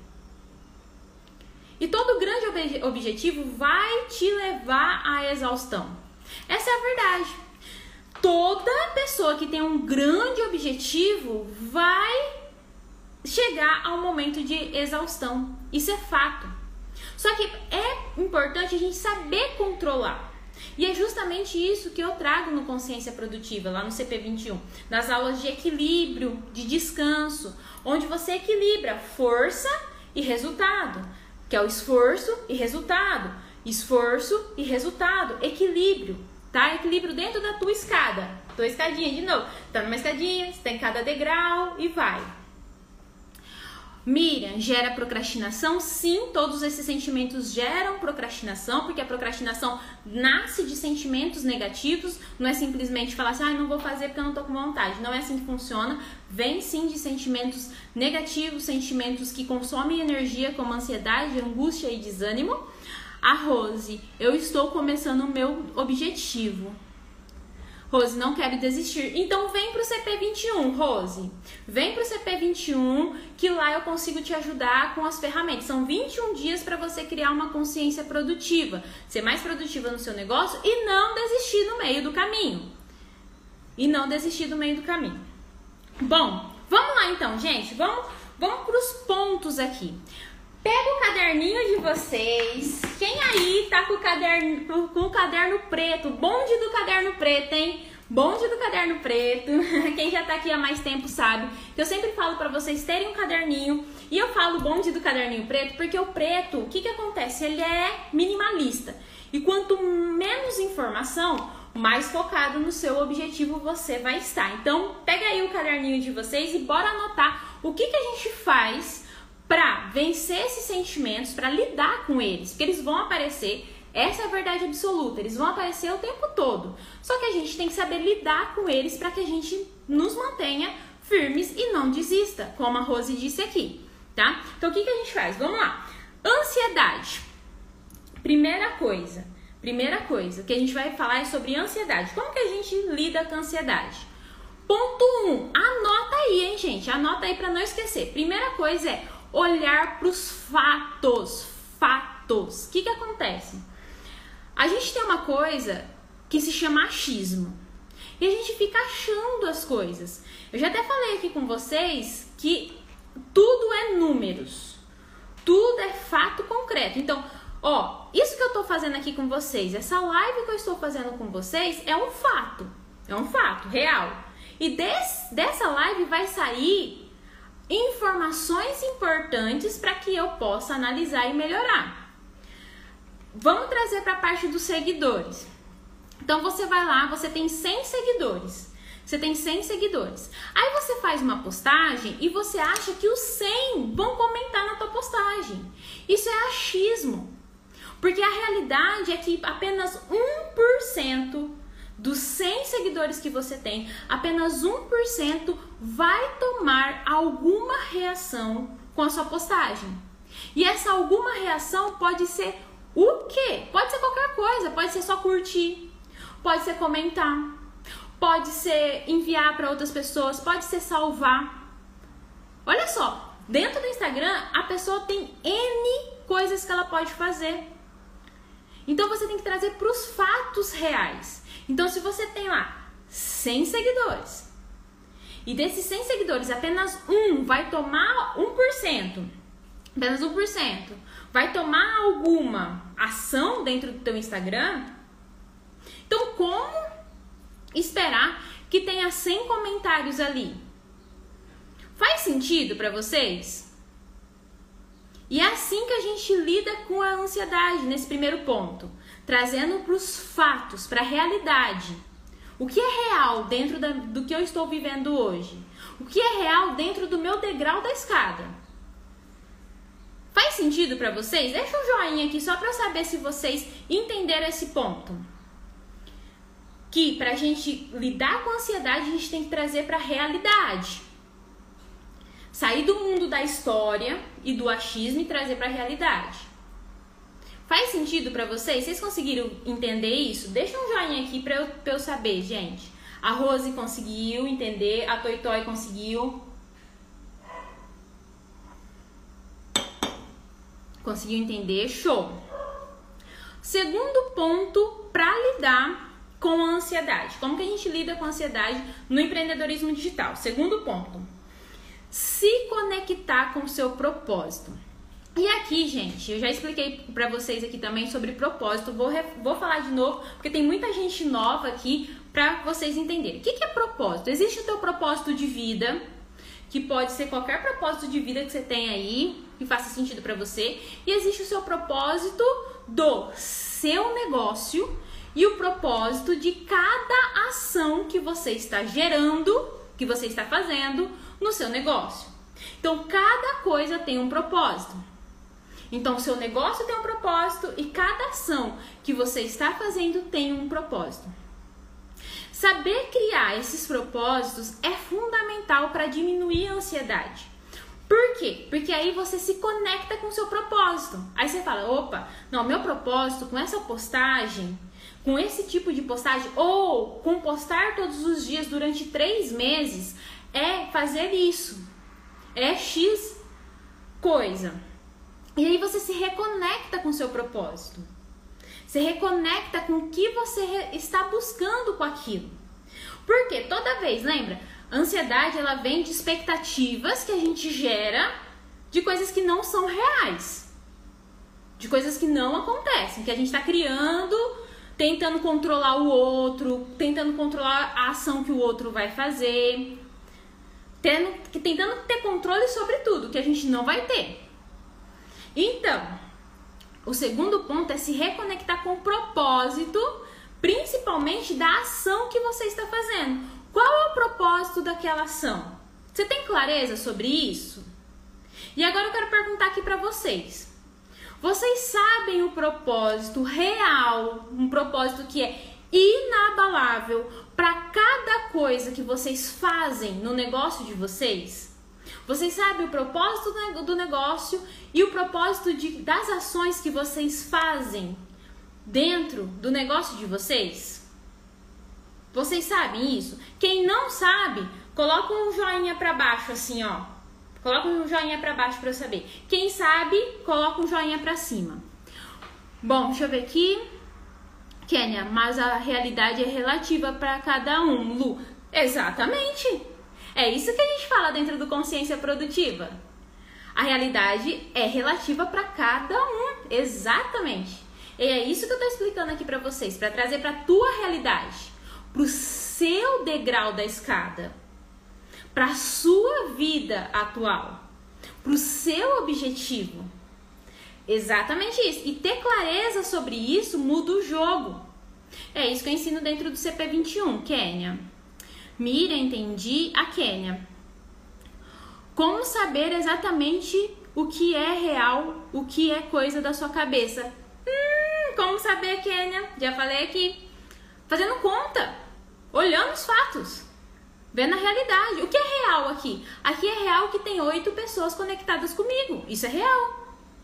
E todo grande ob- objetivo vai te levar à exaustão. Essa é a verdade. Toda pessoa que tem um grande objetivo vai chegar ao momento de exaustão. Isso é fato. Só que é importante a gente saber controlar. E é justamente isso que eu trago no Consciência Produtiva, lá no C P vinte e um. Nas aulas de equilíbrio, de descanso, onde você equilibra força e resultado. Que é o esforço e resultado. Esforço e resultado. Equilíbrio. Tá? Equilíbrio dentro da tua escada. Tua escadinha, de novo. Tá numa escadinha, você tem cada degrau e vai. Miriam, gera procrastinação? Sim, todos esses sentimentos geram procrastinação, porque a procrastinação nasce de sentimentos negativos, não é simplesmente falar assim, ah, não vou fazer porque eu não tô com vontade. Não é assim que funciona. Vem sim de sentimentos negativos, sentimentos que consomem energia, como ansiedade, angústia e desânimo. A Rose, eu estou começando o meu objetivo. Rose, não quero desistir. Então vem pro C P vinte e um, Rose. Vem pro C P vinte e um, que lá eu consigo te ajudar com as ferramentas. São vinte e um dias para você criar uma consciência produtiva, ser mais produtiva no seu negócio e não desistir no meio do caminho. E não desistir do meio do caminho. Bom, vamos lá então, gente. Vamos, vamos pros pontos aqui. Pega o caderninho de vocês. Quem aí tá com o caderno, com o caderno preto? Bonde do caderno preto, hein? Bonde do caderno preto. Quem já tá aqui há mais tempo sabe que eu sempre falo pra vocês terem um caderninho. E eu falo bonde do caderninho preto porque o preto, o que que acontece? Ele é minimalista. E quanto menos informação, mais focado no seu objetivo você vai estar. Então, pega aí o caderninho de vocês e bora anotar o que que a gente faz para vencer esses sentimentos, para lidar com eles, porque eles vão aparecer, essa é a verdade absoluta, eles vão aparecer o tempo todo. Só que a gente tem que saber lidar com eles para que a gente nos mantenha firmes e não desista, como a Rose disse aqui, tá? Então o que que a gente faz? Vamos lá. Ansiedade. Primeira coisa, primeira coisa que a gente vai falar é sobre ansiedade. Como que a gente lida com a ansiedade? Ponto um, anota aí, hein, gente? Anota aí para não esquecer. Primeira coisa é olhar para os fatos, fatos. O que que acontece? A gente tem uma coisa que se chama achismo. E a gente fica achando as coisas. Eu já até falei aqui com vocês que tudo é números. Tudo é fato concreto. Então, ó, isso que eu tô fazendo aqui com vocês, essa live que eu estou fazendo com vocês é um fato. É um fato real. E des, dessa live vai sair informações importantes para que eu possa analisar e melhorar. Vamos trazer para a parte dos seguidores. Então você vai lá, você tem cem seguidores. Você tem cem seguidores. Aí você faz uma postagem e você acha que os cem vão comentar na tua postagem. Isso é achismo. Porque a realidade é que apenas um por cento dos cem seguidores que você tem, apenas um por cento vai tomar alguma reação com a sua postagem. E essa alguma reação pode ser o quê? Pode ser qualquer coisa, pode ser só curtir, pode ser comentar, pode ser enviar para outras pessoas, pode ser salvar. Olha só, dentro do Instagram a pessoa tem N coisas que ela pode fazer. Então você tem que trazer para os fatos reais. Então, se você tem lá cem seguidores e desses cem seguidores apenas um vai tomar um por cento, apenas um por cento vai tomar alguma ação dentro do teu Instagram, então como esperar que tenha cem comentários ali? Faz sentido para vocês? E é assim que a gente lida com a ansiedade nesse primeiro ponto. Trazendo para os fatos, para a realidade. O que é real dentro da, do que eu estou vivendo hoje? O que é real dentro do meu degrau da escada? Faz sentido para vocês? Deixa um joinha aqui só para eu saber se vocês entenderam esse ponto. Que para a gente lidar com a ansiedade, a gente tem que trazer para a realidade. Sair do mundo da história e do achismo e trazer para a realidade. Faz sentido pra vocês? Vocês conseguiram entender isso? Deixa um joinha aqui pra eu, pra eu saber, gente. A Rose conseguiu entender, a Toitói conseguiu. Conseguiu entender? Show! Segundo ponto pra lidar com a ansiedade. Como que a gente lida com a ansiedade no empreendedorismo digital? Segundo ponto. Se conectar com o seu propósito. E aqui, gente, eu já expliquei pra vocês aqui também sobre propósito, vou, vou falar de novo, porque tem muita gente nova aqui pra vocês entenderem. O que, que é propósito? Existe o teu propósito de vida, que pode ser qualquer propósito de vida que você tem aí, que faça sentido pra você, e existe o seu propósito do seu negócio e o propósito de cada ação que você está gerando, que você está fazendo no seu negócio. Então, cada coisa tem um propósito. Então, o seu negócio tem um propósito e cada ação que você está fazendo tem um propósito. Saber criar esses propósitos é fundamental para diminuir a ansiedade. Por quê? Porque aí você se conecta com o seu propósito. Aí você fala, opa, não, meu propósito com essa postagem, com esse tipo de postagem, ou com postar todos os dias durante três meses, é fazer isso. É X coisa. E aí você se reconecta com o seu propósito. Se reconecta com o que você está buscando com aquilo. Porque toda vez, lembra? A ansiedade, ela vem de expectativas que a gente gera de coisas que não são reais. De coisas que não acontecem, que a gente está criando, tentando controlar o outro, tentando controlar a ação que o outro vai fazer, tendo, tentando ter controle sobre tudo, que a gente não vai ter. Então, o segundo ponto é se reconectar com o propósito, principalmente da ação que você está fazendo. Qual é o propósito daquela ação? Você tem clareza sobre isso? E agora eu quero perguntar aqui para vocês. Vocês sabem o propósito real, um propósito que é inabalável para cada coisa que vocês fazem no negócio de vocês? Vocês sabem o propósito do negócio e o propósito de, das ações que vocês fazem dentro do negócio de vocês? Vocês sabem isso? Quem não sabe, coloca um joinha para baixo assim, ó. Coloca um joinha para baixo para eu saber. Quem sabe, coloca um joinha para cima. Bom, deixa eu ver aqui. Kênia, mas a realidade é relativa para cada um. Lu, exatamente. É isso que a gente fala dentro do Consciência Produtiva. A realidade é relativa para cada um. Exatamente. E é isso que eu tô explicando aqui para vocês, para trazer para tua realidade, pro seu degrau da escada, para a sua vida atual, para o seu objetivo. Exatamente isso. E ter clareza sobre isso muda o jogo. É isso que eu ensino dentro do C P vinte e um, Kênia. Miriam, entendi. A Kênia. Como saber exatamente o que é real, o que é coisa da sua cabeça? Hum, como saber, Kênia? Já falei aqui. Fazendo conta. Olhando os fatos. Vendo a realidade. O que é real aqui? Aqui é real que tem oito pessoas conectadas comigo. Isso é real.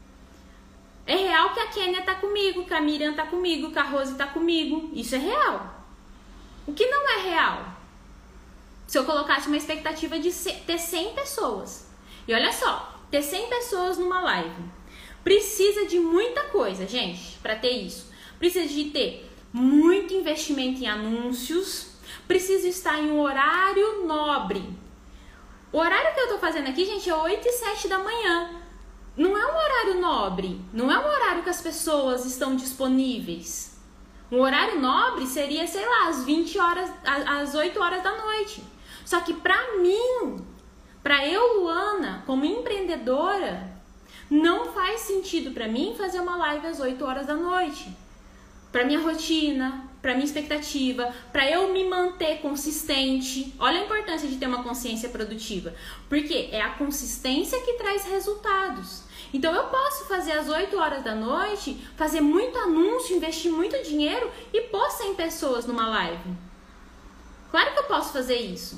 É real que a Kênia tá comigo, que a Miriam tá comigo, que a Rose tá comigo. Isso é real. O que não é real? Se eu colocasse uma expectativa de ter cem pessoas. E olha só, ter cem pessoas numa live. Precisa de muita coisa, gente, para ter isso. Precisa de ter muito investimento em anúncios. Precisa estar em um horário nobre. O horário que eu tô fazendo aqui, gente, é oito e sete da manhã. Não é um horário nobre. Não é um horário que as pessoas estão disponíveis. Um horário nobre seria, sei lá, às vinte horas, às oito horas da noite. Só que pra mim, pra eu, Luana, como empreendedora, não faz sentido pra mim fazer uma live às oito horas da noite. Pra minha rotina, pra minha expectativa, pra eu me manter consistente. Olha a importância de ter uma consciência produtiva. Porque é a consistência que traz resultados. Então eu posso fazer às oito horas da noite, fazer muito anúncio, investir muito dinheiro e pôr cem pessoas numa live. Claro que eu posso fazer isso.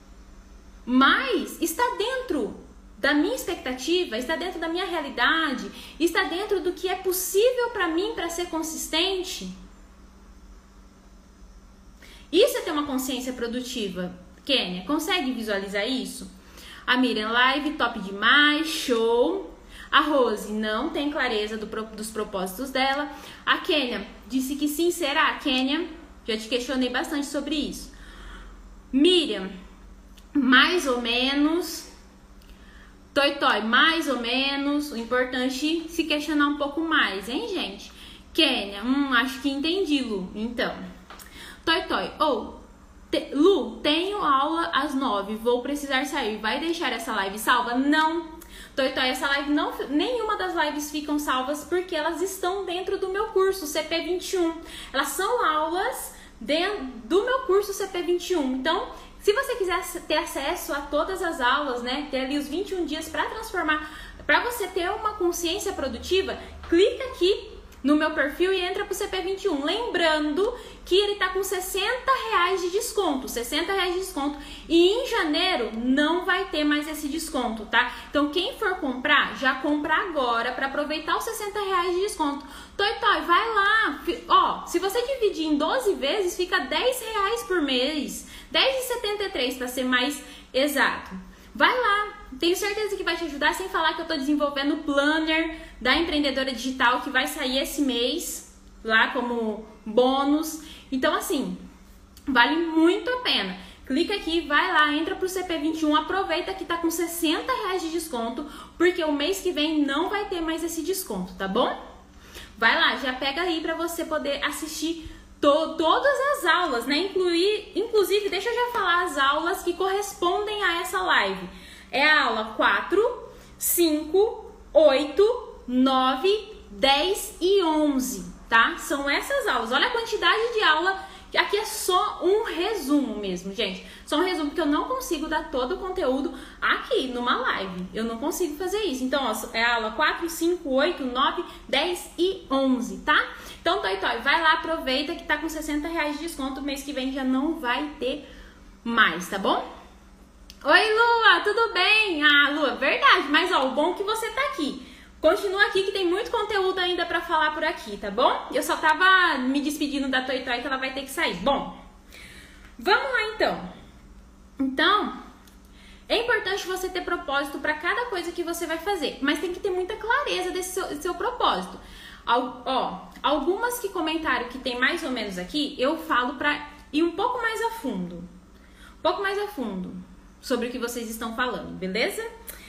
Mas está dentro da minha expectativa, está dentro da minha realidade, está dentro do que é possível para mim para ser consistente. Isso é ter uma consciência produtiva. Kênia, consegue visualizar isso? A Miriam, live top demais, show. A Rose não tem clareza do, dos propósitos dela. A Kênia disse que sim, será? Kênia, já te questionei bastante sobre isso. Miriam, mais ou menos. Toi, toi, mais ou menos. O importante é se questionar um pouco mais, hein, gente? Kênia, hum, acho que entendi, Lu. Então, toi, toi. Ou, te, Lu, tenho aula às nove, vou precisar sair. Vai deixar essa live salva? Não. Toi, toi, essa live não, nenhuma das lives ficam salvas porque elas estão dentro do meu curso C P vinte e um. Elas são aulas dentro do meu curso C P vinte e um. Então, se você quiser ter acesso a todas as aulas, né, ter ali os vinte e um dias para transformar, para você ter uma consciência produtiva, clica aqui no meu perfil e entra pro C P vinte e um. Lembrando que ele tá com sessenta reais de desconto, sessenta reais de desconto. E em janeiro não vai ter mais esse desconto, tá? Então quem for comprar, já compra agora para aproveitar os sessenta reais de desconto. Toi, toi, vai lá. Ó, se você dividir em doze vezes, fica dez reais por mês. dez reais e setenta e três para ser mais exato. Vai lá. Tenho certeza que vai te ajudar, sem falar que eu tô desenvolvendo o planner da empreendedora digital que vai sair esse mês, lá como bônus. Então, assim, vale muito a pena. Clica aqui, vai lá, entra pro C P vinte e um, aproveita que tá com sessenta reais de desconto, porque o mês que vem não vai ter mais esse desconto, tá bom? Vai lá, já pega aí pra você poder assistir to todas as aulas, né? Incluir, inclusive, deixa eu já falar as aulas que correspondem a essa live. É a aula quatro, cinco, oito, nove, dez e onze, tá? São essas aulas. Olha a quantidade de aula. Aqui é só um resumo mesmo, gente. Só um resumo, porque eu não consigo dar todo o conteúdo aqui numa live. Eu não consigo fazer isso. Então, ó, é a aula quatro, cinco, oito, nove, dez e onze, tá? Então, Toi Toi, vai lá, aproveita que tá com sessenta reais de desconto. Mês que vem já não vai ter mais, tá bom? Oi, Lua, tudo bem? Ah, Lua, verdade. Mas, ó, o bom é que você tá aqui. Continua aqui que tem muito conteúdo ainda pra falar por aqui, tá bom? Eu só tava me despedindo da Toi Toi que ela vai ter que sair. Bom, vamos lá então. Então, é importante você ter propósito pra cada coisa que você vai fazer, mas tem que ter muita clareza desse seu, desse seu propósito. Al, ó, algumas que comentaram que tem mais ou menos aqui, eu falo pra ir um pouco mais a fundo. Um pouco mais a fundo sobre o que vocês estão falando, beleza?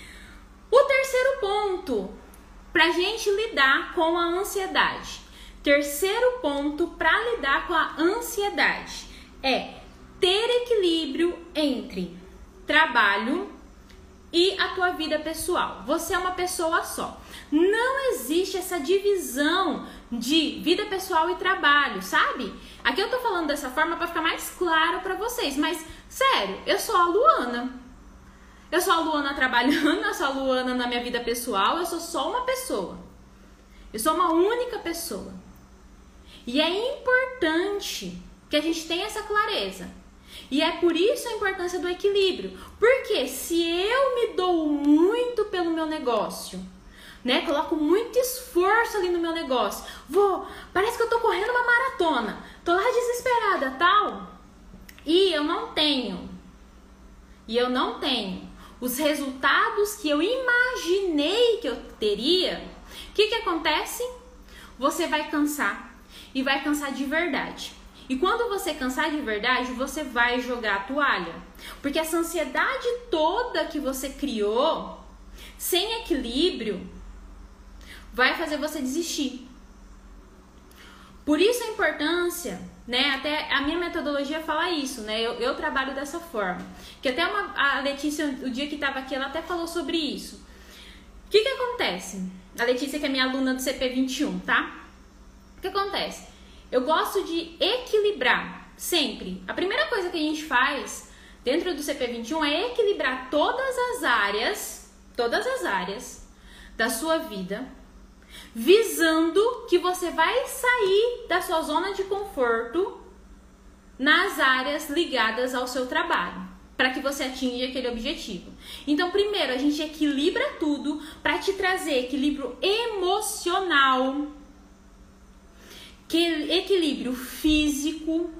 O terceiro ponto, pra gente lidar com a ansiedade. Terceiro ponto para lidar com a ansiedade é ter equilíbrio entre trabalho e a tua vida pessoal. Você é uma pessoa só. Não existe essa divisão de vida pessoal e trabalho, sabe? Aqui eu tô falando dessa forma para ficar mais claro para vocês, mas sério, eu sou a Luana. Eu sou a Luana trabalhando, eu sou a Luana na minha vida pessoal, eu sou só uma pessoa. Eu sou uma única pessoa. E é importante que a gente tenha essa clareza. E é por isso a importância do equilíbrio. Porque se eu me dou muito pelo meu negócio, né? Coloco muito esforço ali no meu negócio. Vou, parece que eu tô correndo uma maratona. Tô lá desesperada, tal. E eu não tenho. E eu não tenho os resultados que eu imaginei que eu teria. O que que acontece? Você vai cansar. E vai cansar de verdade. E quando você cansar de verdade, você vai jogar a toalha. Porque essa ansiedade toda que você criou, sem equilíbrio, vai fazer você desistir. Por isso a importância, né? Até a minha metodologia fala isso, né? Eu, eu trabalho dessa forma. Que até uma, a Letícia, o dia que estava aqui, ela até falou sobre isso. O que que acontece? A Letícia, que é minha aluna do C P vinte e um, tá? O que acontece? Eu gosto de equilibrar sempre. A primeira coisa que a gente faz dentro do C P vinte e um é equilibrar todas as áreas, todas as áreas da sua vida, visando que você vai sair da sua zona de conforto nas áreas ligadas ao seu trabalho, para que você atinja aquele objetivo. Então, primeiro, a gente equilibra tudo para te trazer equilíbrio emocional, equilíbrio físico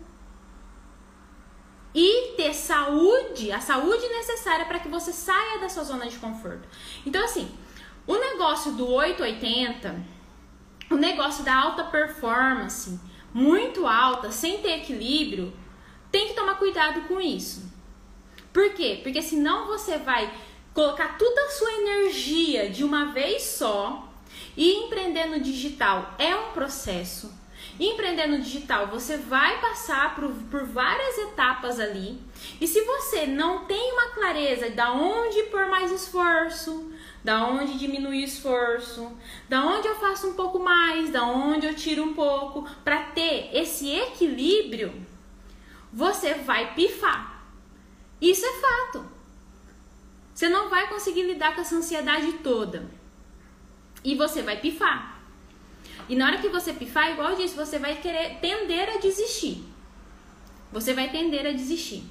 e ter saúde, a saúde necessária para que você saia da sua zona de conforto. Então, assim, o negócio do oito oitenta, o negócio da alta performance, muito alta, sem ter equilíbrio, tem que tomar cuidado com isso. Por quê? Porque senão você vai colocar toda a sua energia de uma vez só. E empreender no digital é um processo. Empreender no digital, você vai passar por, por várias etapas ali. E se você não tem uma clareza de onde pôr mais esforço, da onde diminuir o esforço, da onde eu faço um pouco mais, da onde eu tiro um pouco, para ter esse equilíbrio, você vai pifar. Isso é fato. Você não vai conseguir lidar com essa ansiedade toda. E você vai pifar. E na hora que você pifar, igual eu disse, você vai querer tender a desistir. Você vai tender a desistir.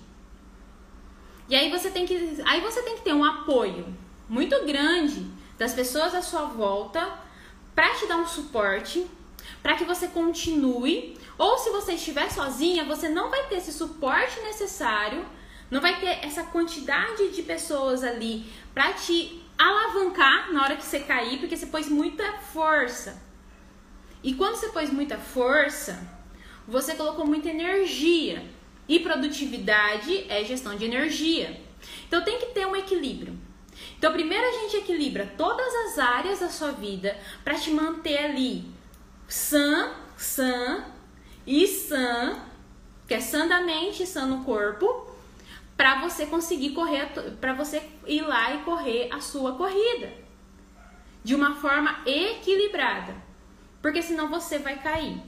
E aí você tem que, aí você tem que ter um apoio muito grande das pessoas à sua volta para te dar um suporte, para que você continue. Ou se você estiver sozinha, você não vai ter esse suporte necessário, não vai ter essa quantidade de pessoas ali para te alavancar na hora que você cair, porque você pôs muita força. E quando você pôs muita força, você colocou muita energia. E produtividade é gestão de energia. Então tem que ter um equilíbrio. Então primeiro a gente equilibra todas as áreas da sua vida para te manter ali sã, sã e sã, que é sã da mente e sã no corpo, para você conseguir correr, para você ir lá e correr a sua corrida de uma forma equilibrada, porque senão você vai cair.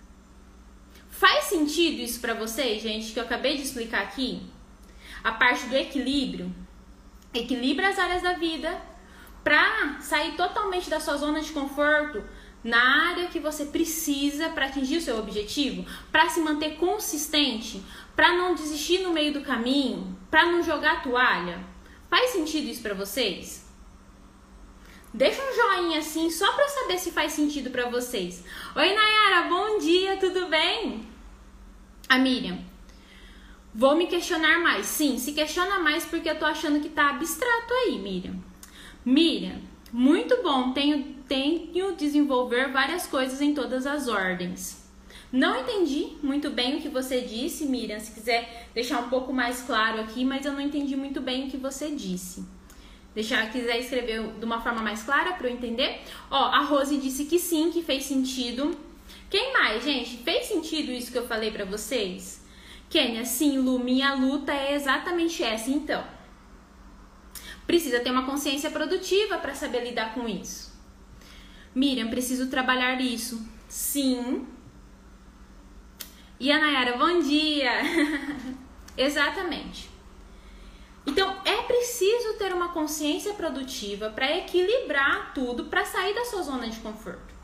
Faz sentido isso para vocês, gente, que eu acabei de explicar aqui? A parte do equilíbrio. Equilibra as áreas da vida para sair totalmente da sua zona de conforto na área que você precisa para atingir o seu objetivo, para se manter consistente, para não desistir no meio do caminho, para não jogar a toalha. Faz sentido isso para vocês? Deixa um joinha assim, só para eu saber se faz sentido para vocês. Oi, Nayara, bom dia, tudo bem? A Miriam, vou me questionar mais. Sim, se questiona mais porque eu tô achando que tá abstrato aí, Miriam. Miriam, muito bom, tenho, tenho desenvolver várias coisas em todas as ordens. Não entendi muito bem o que você disse, Miriam, se quiser deixar um pouco mais claro aqui, mas eu não entendi muito bem o que você disse. Deixar, quiser escrever de uma forma mais clara para eu entender. Ó, a Rose disse que sim, que fez sentido. Quem mais, gente? Fez sentido isso que eu falei para vocês? Kênia, sim, Lu, minha luta é exatamente essa. Então, precisa ter uma consciência produtiva para saber lidar com isso. Miriam, preciso trabalhar isso. Sim. E a Nayara, bom dia. Exatamente. Então, é preciso ter uma consciência produtiva para equilibrar tudo, para sair da sua zona de conforto.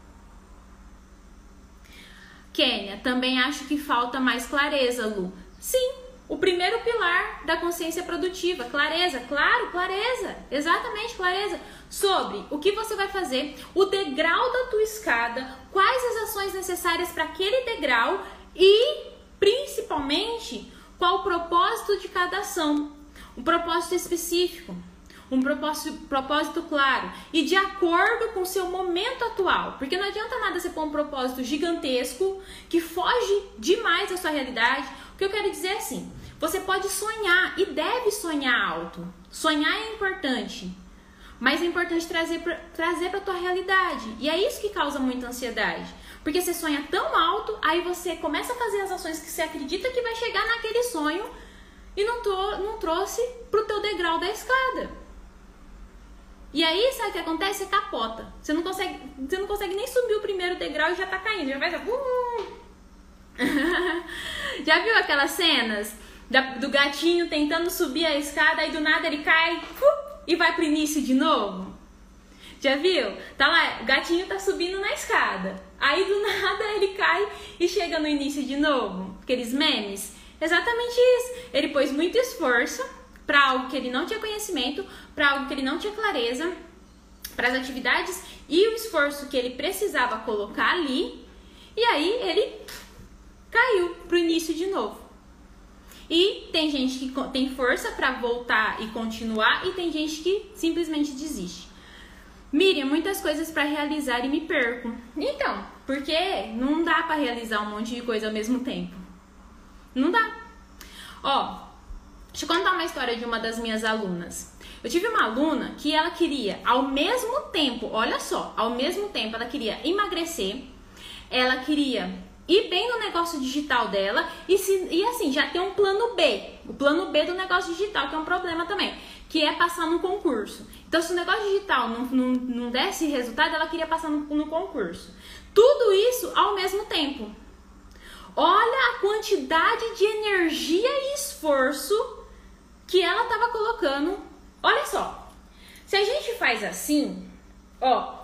Kênia, também acho que falta mais clareza, Lu. Sim, o primeiro pilar da consciência produtiva, clareza, claro, clareza, exatamente, clareza, sobre o que você vai fazer, o degrau da tua escada, quais as ações necessárias para aquele degrau e, principalmente, qual o propósito de cada ação. Um propósito específico, um propósito, propósito claro e de acordo com o seu momento atual. Porque não adianta nada você pôr um propósito gigantesco que foge demais da sua realidade. O que eu quero dizer é assim, você pode sonhar e deve sonhar alto. Sonhar é importante, mas é importante trazer pra, trazer para a tua realidade. E é isso que causa muita ansiedade. Porque você sonha tão alto, aí você começa a fazer as ações que você acredita que vai chegar naquele sonho e não, tô, não trouxe pro teu degrau da escada. E aí, sabe o que acontece? Você capota. Você não consegue, você não consegue nem subir o primeiro degrau e já tá caindo. Já vai assim, uh! Já viu aquelas cenas da, do gatinho tentando subir a escada, aí do nada ele cai uh, e vai pro início de novo? Já viu? Tá lá, o gatinho tá subindo na escada. Aí do nada ele cai e chega no início de novo. Aqueles memes. Exatamente isso. Ele pôs muito esforço para algo que ele não tinha conhecimento, para algo que ele não tinha clareza, para as atividades e o esforço que ele precisava colocar ali, e aí ele caiu pro início de novo. E tem gente que tem força para voltar e continuar, e tem gente que simplesmente desiste. Miriam, muitas coisas para realizar e me perco. Então, porque não dá para realizar um monte de coisa ao mesmo tempo. Não dá. Ó, deixa eu contar uma história de uma das minhas alunas. Eu tive uma aluna que ela queria, ao mesmo tempo, olha só, ao mesmo tempo ela queria emagrecer, ela queria ir bem no negócio digital dela e, se, e assim, já tem um plano B. O plano B do negócio digital, que é um problema também, que é passar no concurso. Então, se o negócio digital não, não, não desse resultado, ela queria passar no, no concurso. Tudo isso ao mesmo tempo. Olha a quantidade de energia e esforço que ela estava colocando. Olha só, se a gente faz assim, ó,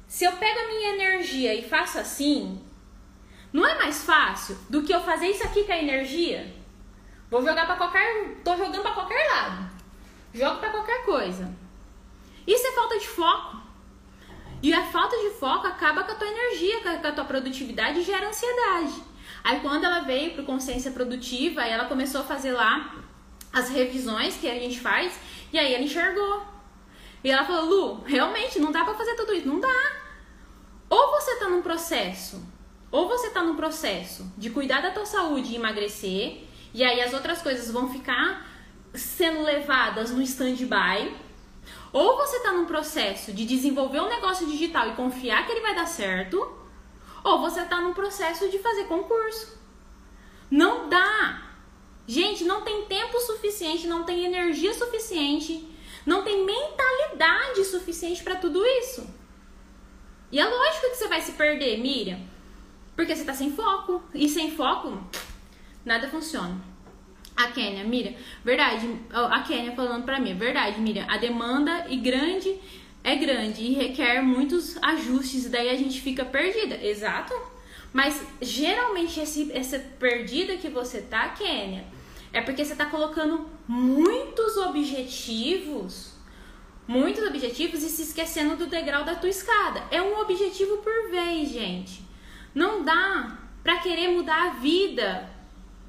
se eu pego a minha energia e faço assim, não é mais fácil do que eu fazer isso aqui com a energia? Vou jogar para qualquer... Tô jogando para qualquer lado. Jogo para qualquer coisa. Isso é falta de foco. E a falta de foco acaba com a tua energia, com a tua produtividade e gera ansiedade. Aí quando ela veio para consciência produtiva, aí ela começou a fazer lá as revisões que a gente faz, e aí ela enxergou. E ela falou, Lu, realmente não dá para fazer tudo isso. Não dá. Ou você tá num processo, ou você tá num processo de cuidar da tua saúde e emagrecer, e aí as outras coisas vão ficar sendo levadas no stand-by, ou você tá num processo de desenvolver um negócio digital e confiar que ele vai dar certo, ou você tá num processo de fazer concurso. Não dá. Gente, não tem tempo suficiente, não tem energia suficiente, não tem mentalidade suficiente para tudo isso. E é lógico que você vai se perder, Miriam, porque você tá sem foco. E sem foco, nada funciona. A Kênia, Miriam, verdade, a Kênia falando pra mim, verdade, Miriam, a demanda e grande é grande e requer muitos ajustes, e daí a gente fica perdida. Exato. Mas geralmente esse, essa perdida que você tá, Kênia, é porque você tá colocando muitos objetivos, muitos objetivos e se esquecendo do degrau da tua escada. É um objetivo por vez, gente. Não dá pra querer mudar a vida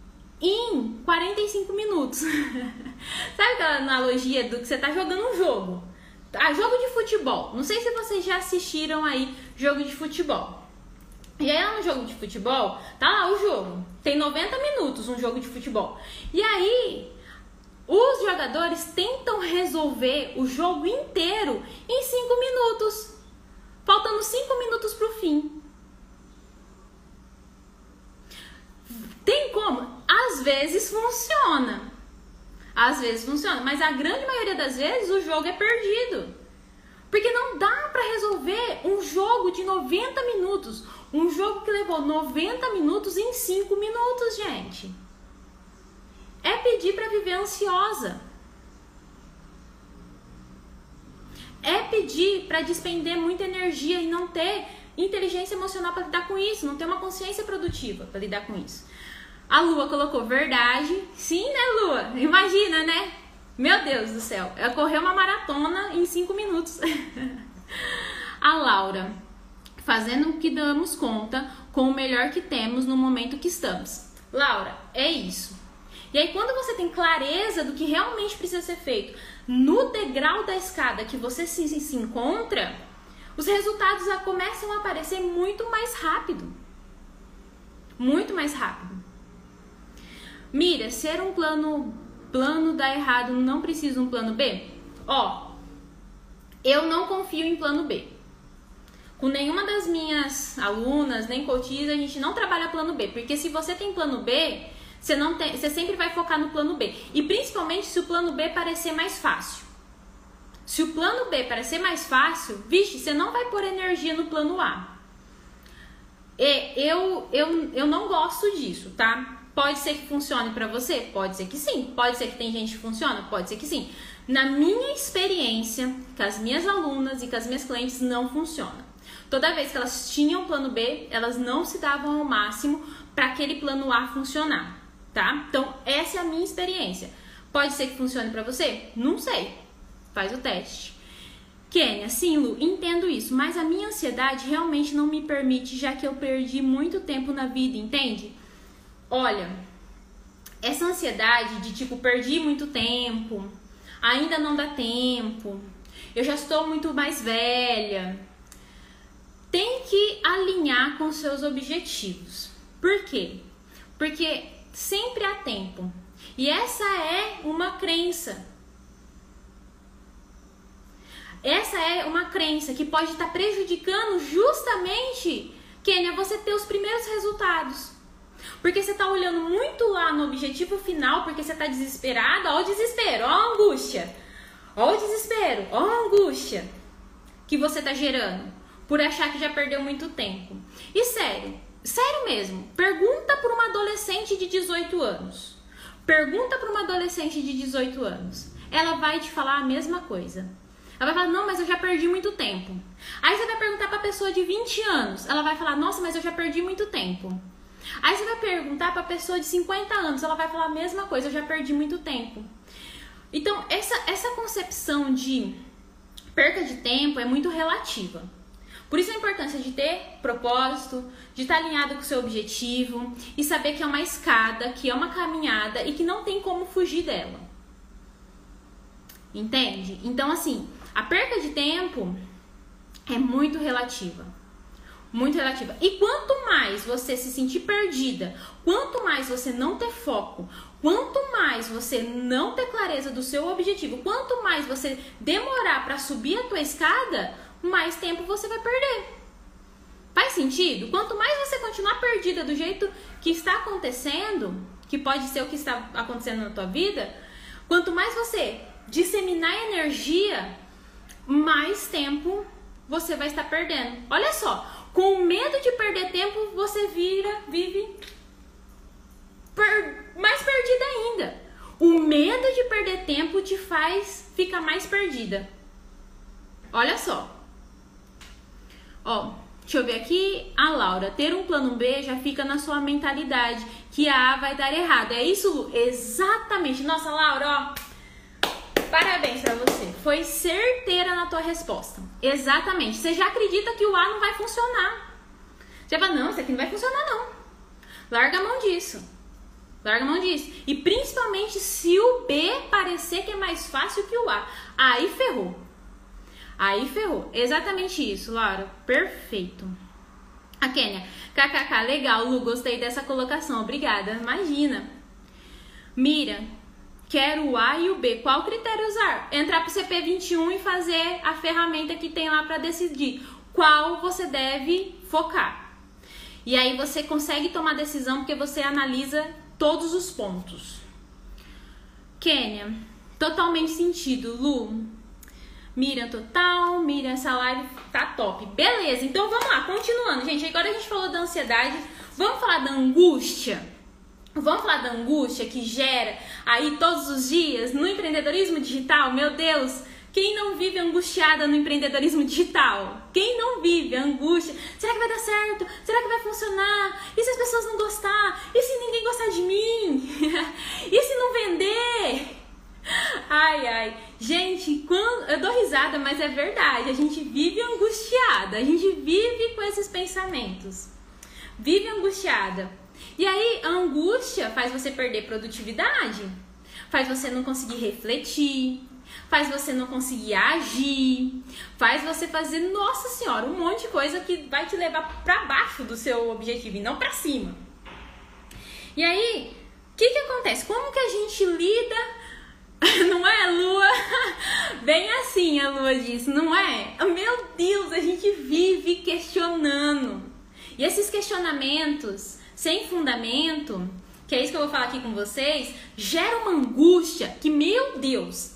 em quarenta e cinco minutos. Sabe aquela analogia do que você tá jogando um jogo? Ah, jogo de futebol. Não sei se vocês já assistiram aí jogo de futebol. E aí no jogo de futebol, tá lá o jogo. Tem noventa minutos um jogo de futebol. E aí os jogadores tentam resolver o jogo inteiro em cinco minutos. Faltando cinco minutos pro fim. Tem como? Às vezes funciona. Às vezes funciona. Mas a grande maioria das vezes o jogo é perdido. Porque não dá pra resolver um jogo de noventa minutos. Um jogo que levou noventa minutos em cinco minutos, gente. É pedir pra viver ansiosa. É pedir pra despender muita energia e não ter inteligência emocional pra lidar com isso. Não ter uma consciência produtiva pra lidar com isso. A Lua colocou verdade. Sim, né, Lua? Imagina, né? Meu Deus do céu. Ela correu uma maratona em cinco minutos. A Laura. Fazendo o que damos conta com o melhor que temos no momento que estamos. Laura, é isso. E aí quando você tem clareza do que realmente precisa ser feito no degrau da escada que você se, se encontra, os resultados já começam a aparecer muito mais rápido. Muito mais rápido. Mira, ser um plano, plano dá errado, não precisa um plano B? Ó, eu não confio em plano B. Com nenhuma das minhas alunas, nem coaches, a gente não trabalha plano B. Porque se você tem plano B, você, não tem, você sempre vai focar no plano B. E principalmente se o plano B parecer mais fácil. Se o plano B parecer mais fácil, vixe, você não vai pôr energia no plano A. E eu, eu, eu não gosto disso, tá? Pode ser que funcione pra você? Pode ser que sim. Pode ser que tem gente que funciona? Pode ser que sim. Na minha experiência, com as minhas alunas e com as minhas clientes, não funciona. Toda vez que elas tinham plano B, elas não se davam ao máximo para aquele plano A funcionar, tá? Então, essa é a minha experiência. Pode ser que funcione para você? Não sei. Faz o teste. Kênia, sim, Lu, entendo isso, mas a minha ansiedade realmente não me permite, já que eu perdi muito tempo na vida, entende? Olha, essa ansiedade de tipo, perdi muito tempo, ainda não dá tempo, eu já estou muito mais velha, tem que alinhar com seus objetivos. Por quê? Porque sempre há tempo. E essa é uma crença. Essa é uma crença que pode estar prejudicando justamente, Kênia, você ter os primeiros resultados. Porque você está olhando muito lá no objetivo final, porque você está desesperada. Ó o desespero, ó a angústia. Ó o desespero, ó a angústia que você está gerando por achar que já perdeu muito tempo. E sério, sério mesmo, pergunta para uma adolescente de dezoito anos. Pergunta para uma adolescente de dezoito anos. Ela vai te falar a mesma coisa. Ela vai falar, não, mas eu já perdi muito tempo. Aí você vai perguntar pra pessoa de vinte anos, ela vai falar, nossa, mas eu já perdi muito tempo. Aí você vai perguntar pra pessoa de cinquenta anos, ela vai falar a mesma coisa, eu já perdi muito tempo. Então, essa, essa concepção de perca de tempo é muito relativa. Por isso a importância de ter propósito, de estar alinhado com o seu objetivo e saber que é uma escada, que é uma caminhada e que não tem como fugir dela. Entende? Então, assim, a perca de tempo é muito relativa. Muito relativa. E quanto mais você se sentir perdida, quanto mais você não ter foco, quanto mais você não ter clareza do seu objetivo, quanto mais você demorar para subir a tua escada, mais tempo você vai perder. Faz sentido? Quanto mais você continuar perdida do jeito que está acontecendo, que pode ser o que está acontecendo na tua vida, quanto mais você disseminar energia, mais tempo você vai estar perdendo. Olha só, com medo de perder tempo, você vira, vive per, mais perdida ainda. O medo de perder tempo te faz ficar mais perdida. Olha só. Ó, deixa eu ver aqui. A Laura, ter um plano B já fica na sua mentalidade que a A vai dar errado. É isso, Lu? Exatamente. Nossa, Laura, ó. Parabéns pra você. Foi certeira na tua resposta. Exatamente. Você já acredita que o A não vai funcionar. Você fala, não, isso aqui não vai funcionar não. Larga a mão disso. Larga a mão disso. E principalmente se o B parecer que é mais fácil que o A. Aí ferrou. Aí ferrou. Exatamente isso, Laura. Perfeito. A Kênia. Kkk, legal, Lu. Gostei dessa colocação. Obrigada. Imagina. Mira. Quero o A e o B. Qual critério usar? Entrar pro C P vinte e um e fazer a ferramenta que tem lá para decidir qual você deve focar. E aí você consegue tomar decisão porque você analisa todos os pontos. Kênia, totalmente sentido. Lu, Miriam, total. Miriam, essa live tá top. Beleza, então vamos lá, continuando. Gente, agora a gente falou da ansiedade. Vamos falar da angústia? Vamos falar da angústia que gera aí todos os dias no empreendedorismo digital? Meu Deus, quem não vive angustiada no empreendedorismo digital? Quem não vive a angústia? Será que vai dar certo? Será que vai funcionar? E se as pessoas não gostar? E se ninguém gostar de mim? E se não vender? Ai, ai. Gente, quando... eu dou risada, mas é verdade. A gente vive angustiada. A gente vive com esses pensamentos. Vive angustiada. E aí, a angústia faz você perder produtividade, faz você não conseguir refletir, faz você não conseguir agir, faz você fazer, nossa senhora, um monte de coisa que vai te levar para baixo do seu objetivo e não para cima. E aí, o que que acontece? Como que a gente lida, não é, Lua? Bem assim a Lua disse, não é? Meu Deus, a gente vive questionando. E esses questionamentos sem fundamento, que é isso que eu vou falar aqui com vocês, gera uma angústia que, meu Deus.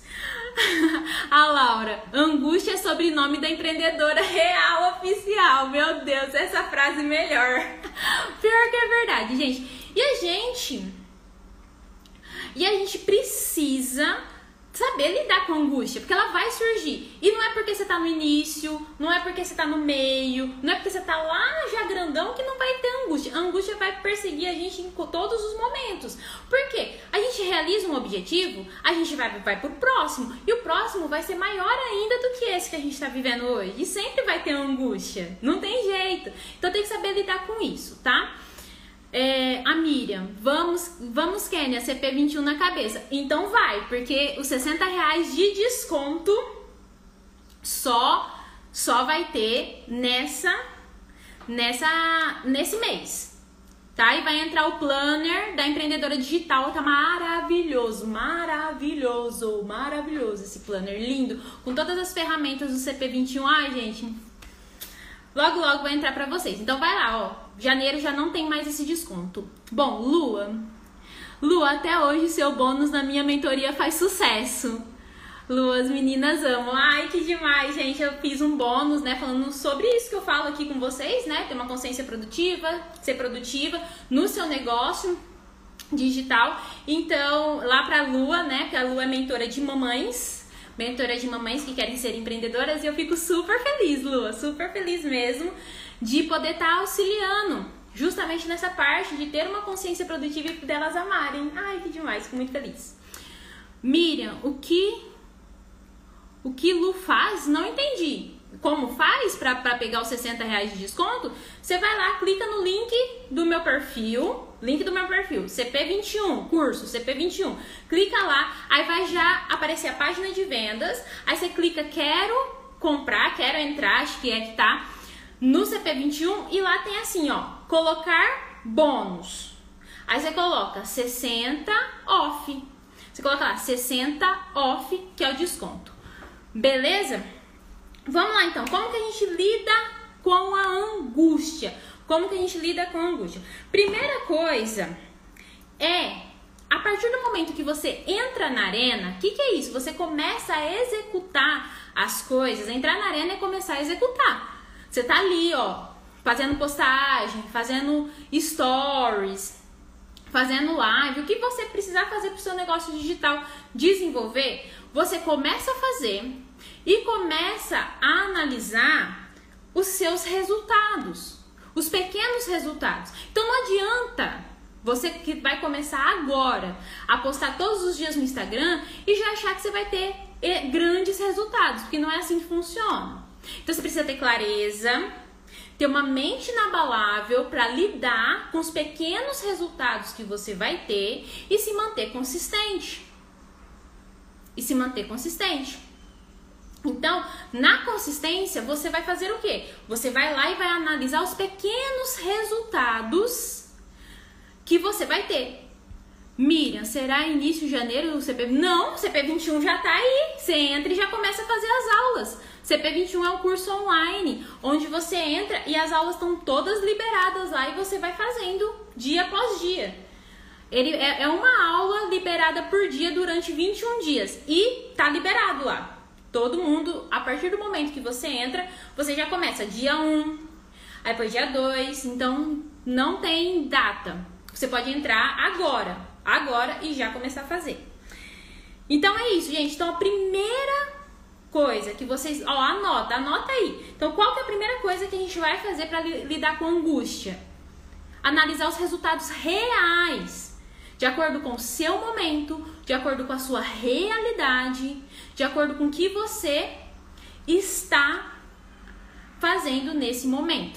A Laura, angústia é sobrenome da empreendedora real oficial. Meu Deus, essa frase melhor. Pior que é verdade, gente. E a gente, e a gente precisa saber lidar com a angústia, porque ela vai surgir. E não é porque você tá no início, não é porque você tá no meio, não é porque você tá lá já grandão que não vai ter angústia. A angústia vai perseguir a gente em todos os momentos. Por quê? A gente realiza um objetivo, a gente vai, vai pro próximo, e o próximo vai ser maior ainda do que esse que a gente tá vivendo hoje. E sempre vai ter angústia, não tem jeito. Então tem que saber lidar com isso, tá? É, a Miriam, vamos, vamos Kênia, C P vinte e um na cabeça. Então vai, porque os sessenta reais de desconto só, só vai ter nessa, nessa, nesse mês, tá? E vai entrar o planner da empreendedora digital, tá maravilhoso, maravilhoso, maravilhoso esse planner, lindo, com todas as ferramentas do C P vinte e um. Ai, gente, logo, logo vai entrar pra vocês. Então vai lá, ó. Janeiro já não tem mais esse desconto. Bom, Lua. Lua, até hoje seu bônus na minha mentoria faz sucesso. Lua, as meninas amam. Ai, que demais, gente. Eu fiz um bônus, né, falando sobre isso que eu falo aqui com vocês, né? Ter uma consciência produtiva, ser produtiva no seu negócio digital. Então, lá pra Lua, né, porque a Lua é mentora de mamães, mentora de mamães que querem ser empreendedoras, e eu fico super feliz, Lu, super feliz mesmo de poder estar auxiliando justamente nessa parte de ter uma consciência produtiva e delas amarem. Ai, que demais, fico muito feliz. Miriam, o que o que Lu faz? Não entendi. Como faz para pegar os sessenta reais de desconto? Você vai lá, clica no link do meu perfil, link do meu perfil, C P vinte e um, curso C P vinte e um. Clica lá, aí vai já aparecer a página de vendas, aí você clica quero comprar, quero entrar, acho que é que tá, no C P vinte e um, e lá tem assim, ó, colocar bônus. Aí você coloca sessenta off. Você coloca lá sessenta off, que é o desconto. Beleza? Vamos lá então, como que a gente lida com a angústia? Como que a gente lida com a angústia? Primeira coisa é, a partir do momento que você entra na arena, o que, que é isso? Você começa a executar as coisas. Entrar na arena é começar a executar. Você tá ali, ó, fazendo postagem, fazendo stories, fazendo live, o que você precisar fazer para o seu negócio digital desenvolver, você começa a fazer e começa a analisar os seus resultados, os pequenos resultados. Então não adianta você que vai começar agora a postar todos os dias no Instagram e já achar que você vai ter grandes resultados, porque não é assim que funciona. Então você precisa ter clareza, ter uma mente inabalável para lidar com os pequenos resultados que você vai ter e se manter consistente. E se manter consistente. Então, na consistência, você vai fazer o quê? Você vai lá e vai analisar os pequenos resultados que você vai ter. Miriam, será início de janeiro o C P? Não, o C P vinte e um já tá aí. Você entra e já começa a fazer as aulas. C P vinte e um é um curso online, onde você entra e as aulas estão todas liberadas lá e você vai fazendo dia após dia. Ele é, é uma aula liberada por dia durante vinte e um dias e tá liberado lá. Todo mundo, a partir do momento que você entra, você já começa dia um, aí depois dia dois, então não tem data. Você pode entrar agora, agora e já começar a fazer. Então é isso, gente. Então a primeira coisa que vocês, ó, anota, anota aí. Então qual que é a primeira coisa que a gente vai fazer para lidar com a angústia? Analisar os resultados reais, de acordo com o seu momento, de acordo com a sua realidade, de acordo com o que você está fazendo nesse momento.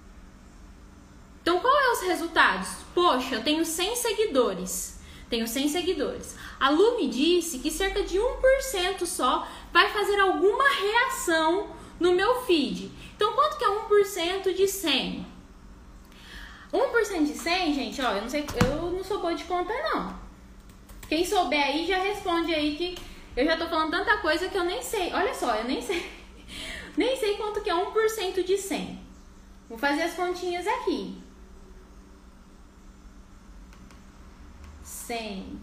Então, qual é os resultados? Poxa, eu tenho cem seguidores. Tenho cem seguidores. A Lu me disse que cerca de um por cento só vai fazer alguma reação no meu feed. Então, quanto que é um por cento de cem? um por cento de cem, gente, ó, eu não sei, eu não sou boa de conta, não. Quem souber aí, já responde aí que eu já tô falando tanta coisa que eu nem sei. Olha só, eu nem sei. Nem sei quanto que é um por cento de cem. Vou fazer as continhas aqui. cem.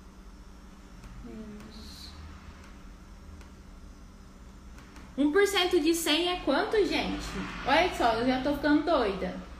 um por cento de cem é quanto, gente? Olha só, eu já tô ficando doida.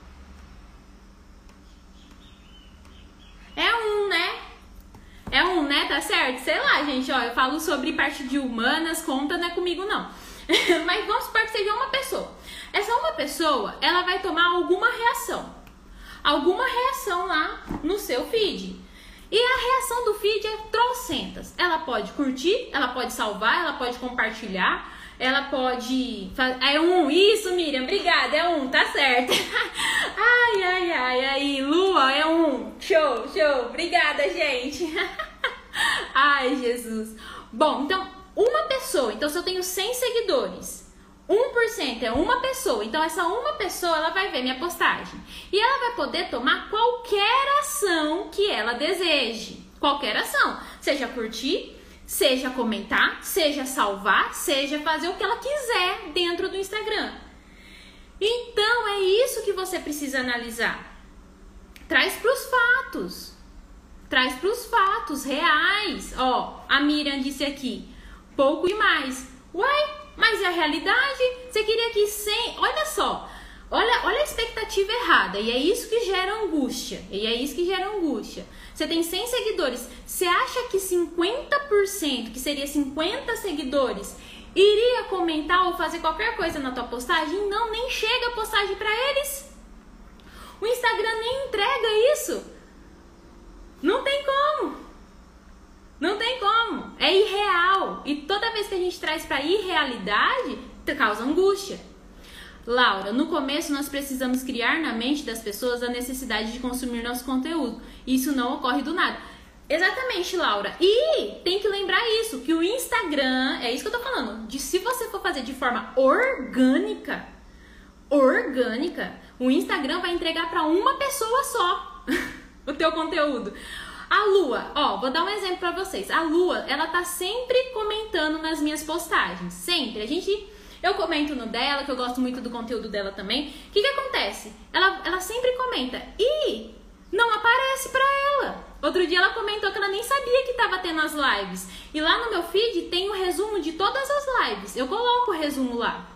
É um, né? É um, né? Tá certo? Sei lá, gente, ó, eu falo sobre parte de humanas, conta não é comigo, não. Mas vamos supor que seja uma pessoa. Essa uma pessoa, ela vai tomar alguma reação. Alguma reação lá no seu feed. E a reação do feed é trocentas. Ela pode curtir, ela pode salvar, ela pode compartilhar, ela pode... É um, isso, Miriam, obrigada, é um, tá certo. Ai, ai, ai, aí, Lua, é um. Show, show, obrigada, gente. Ai, Jesus. Bom, então, uma pessoa, então se eu tenho cem seguidores, um por cento é uma pessoa, então essa uma pessoa, ela vai ver minha postagem. E ela vai poder tomar qualquer ação que ela deseje. Qualquer ação, seja curtir, seja comentar, seja salvar, seja fazer o que ela quiser dentro do Instagram. Então, é isso que você precisa analisar. Traz para os fatos. Traz para os fatos reais. Ó, a Miriam disse aqui, pouco demais. Uai, mas é a realidade? Você queria que cem... Olha só, Olha, olha a expectativa errada. E é isso que gera angústia. E é isso que gera angústia. Você tem cem seguidores. Você acha que cinquenta por cento, que seria cinquenta seguidores, iria comentar ou fazer qualquer coisa na tua postagem? Não, nem chega a postagem para eles. O Instagram nem entrega isso. Não tem como. Não tem como. É irreal. E toda vez que a gente traz para irrealidade, causa angústia. Laura, no começo nós precisamos criar na mente das pessoas a necessidade de consumir nosso conteúdo. Isso não ocorre do nada. Exatamente, Laura. E tem que lembrar isso, que o Instagram, é isso que eu tô falando, de se você for fazer de forma orgânica, orgânica, o Instagram vai entregar para uma pessoa só o teu conteúdo. A Lua, ó, vou dar um exemplo para vocês. A Lua, ela tá sempre comentando nas minhas postagens, sempre. A gente, eu comento no dela, que eu gosto muito do conteúdo dela também. O que que acontece? Ela, ela sempre comenta e não aparece para ela. Outro dia ela comentou que ela nem sabia que tava tendo as lives. E lá no meu feed tem um resumo de todas as lives. Eu coloco o resumo lá.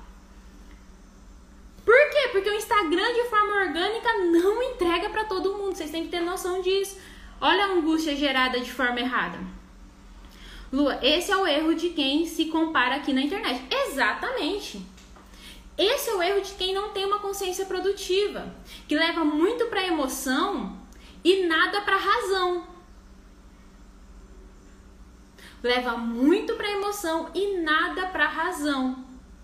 Por quê? Porque o Instagram de forma orgânica não entrega para todo mundo. Vocês têm que ter noção disso. Olha a angústia gerada de forma errada. Lua, esse é o erro de quem se compara aqui na internet. Exatamente. Esse é o erro de quem não tem uma consciência produtiva, que leva muito para emoção e nada para razão. Leva muito para emoção e nada para razão.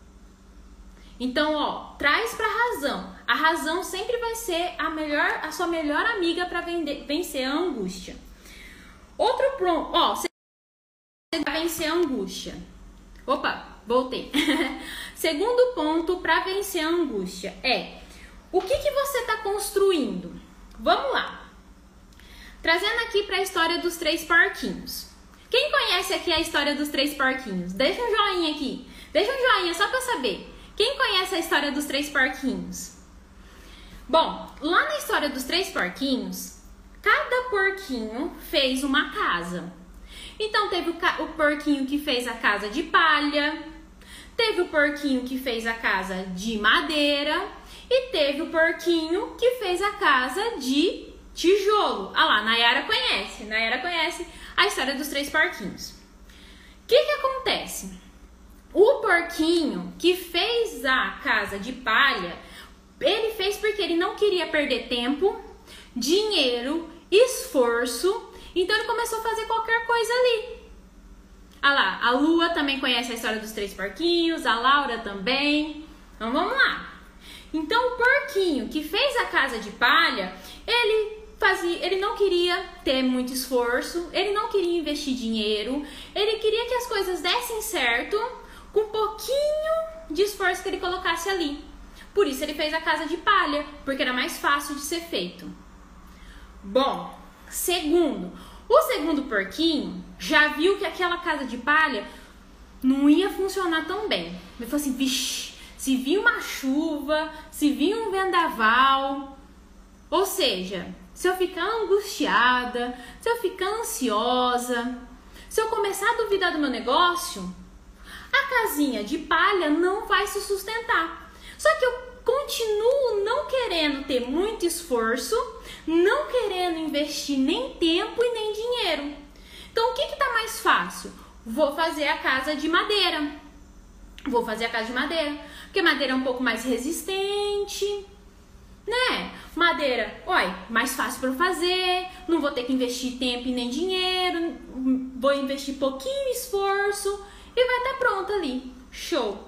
Então, ó, traz para razão. A razão sempre vai ser a melhor, a sua melhor amiga para vencer a angústia. Outro ponto, ó, você vai vencer a angústia. Opa, voltei. Segundo ponto para vencer a angústia é: o que que você está construindo? Vamos lá. Trazendo aqui para a história dos três porquinhos. Quem conhece aqui a história dos três porquinhos? Deixa um joinha aqui. Deixa um joinha só para saber. Quem conhece a história dos três porquinhos? Bom, lá na história dos três porquinhos, cada porquinho fez uma casa. Então teve o, o porquinho que fez a casa de palha, teve o porquinho que fez a casa de madeira e teve o porquinho que fez a casa de tijolo. Ah lá, Nayara conhece, Nayara conhece a história dos três porquinhos. O que que acontece? O porquinho que fez a casa de palha, ele fez porque ele não queria perder tempo, dinheiro, esforço, então ele começou a fazer qualquer coisa ali. Ah lá, a Lua também conhece a história dos três porquinhos, a Laura também. Então vamos lá. Então o porquinho que fez a casa de palha, ele fazia, ele não queria ter muito esforço, ele não queria investir dinheiro, ele queria que as coisas dessem certo com um pouquinho de esforço que ele colocasse ali. Por isso ele fez a casa de palha, porque era mais fácil de ser feito. Bom, segundo, o segundo porquinho já viu que aquela casa de palha não ia funcionar tão bem. Ele falou assim, vixe, se vir uma chuva, se vir um vendaval, ou seja, se eu ficar angustiada, se eu ficar ansiosa, se eu começar a duvidar do meu negócio, a casinha de palha não vai se sustentar. Só que eu continuo não querendo ter muito esforço, não querendo investir nem tempo e nem dinheiro. Então o que que tá mais fácil? Vou fazer a casa de madeira. Vou fazer a casa de madeira, porque madeira é um pouco mais resistente, né? Madeira, olha, mais fácil para fazer, não vou ter que investir tempo e nem dinheiro, vou investir pouquinho esforço e vai estar pronto ali. Show!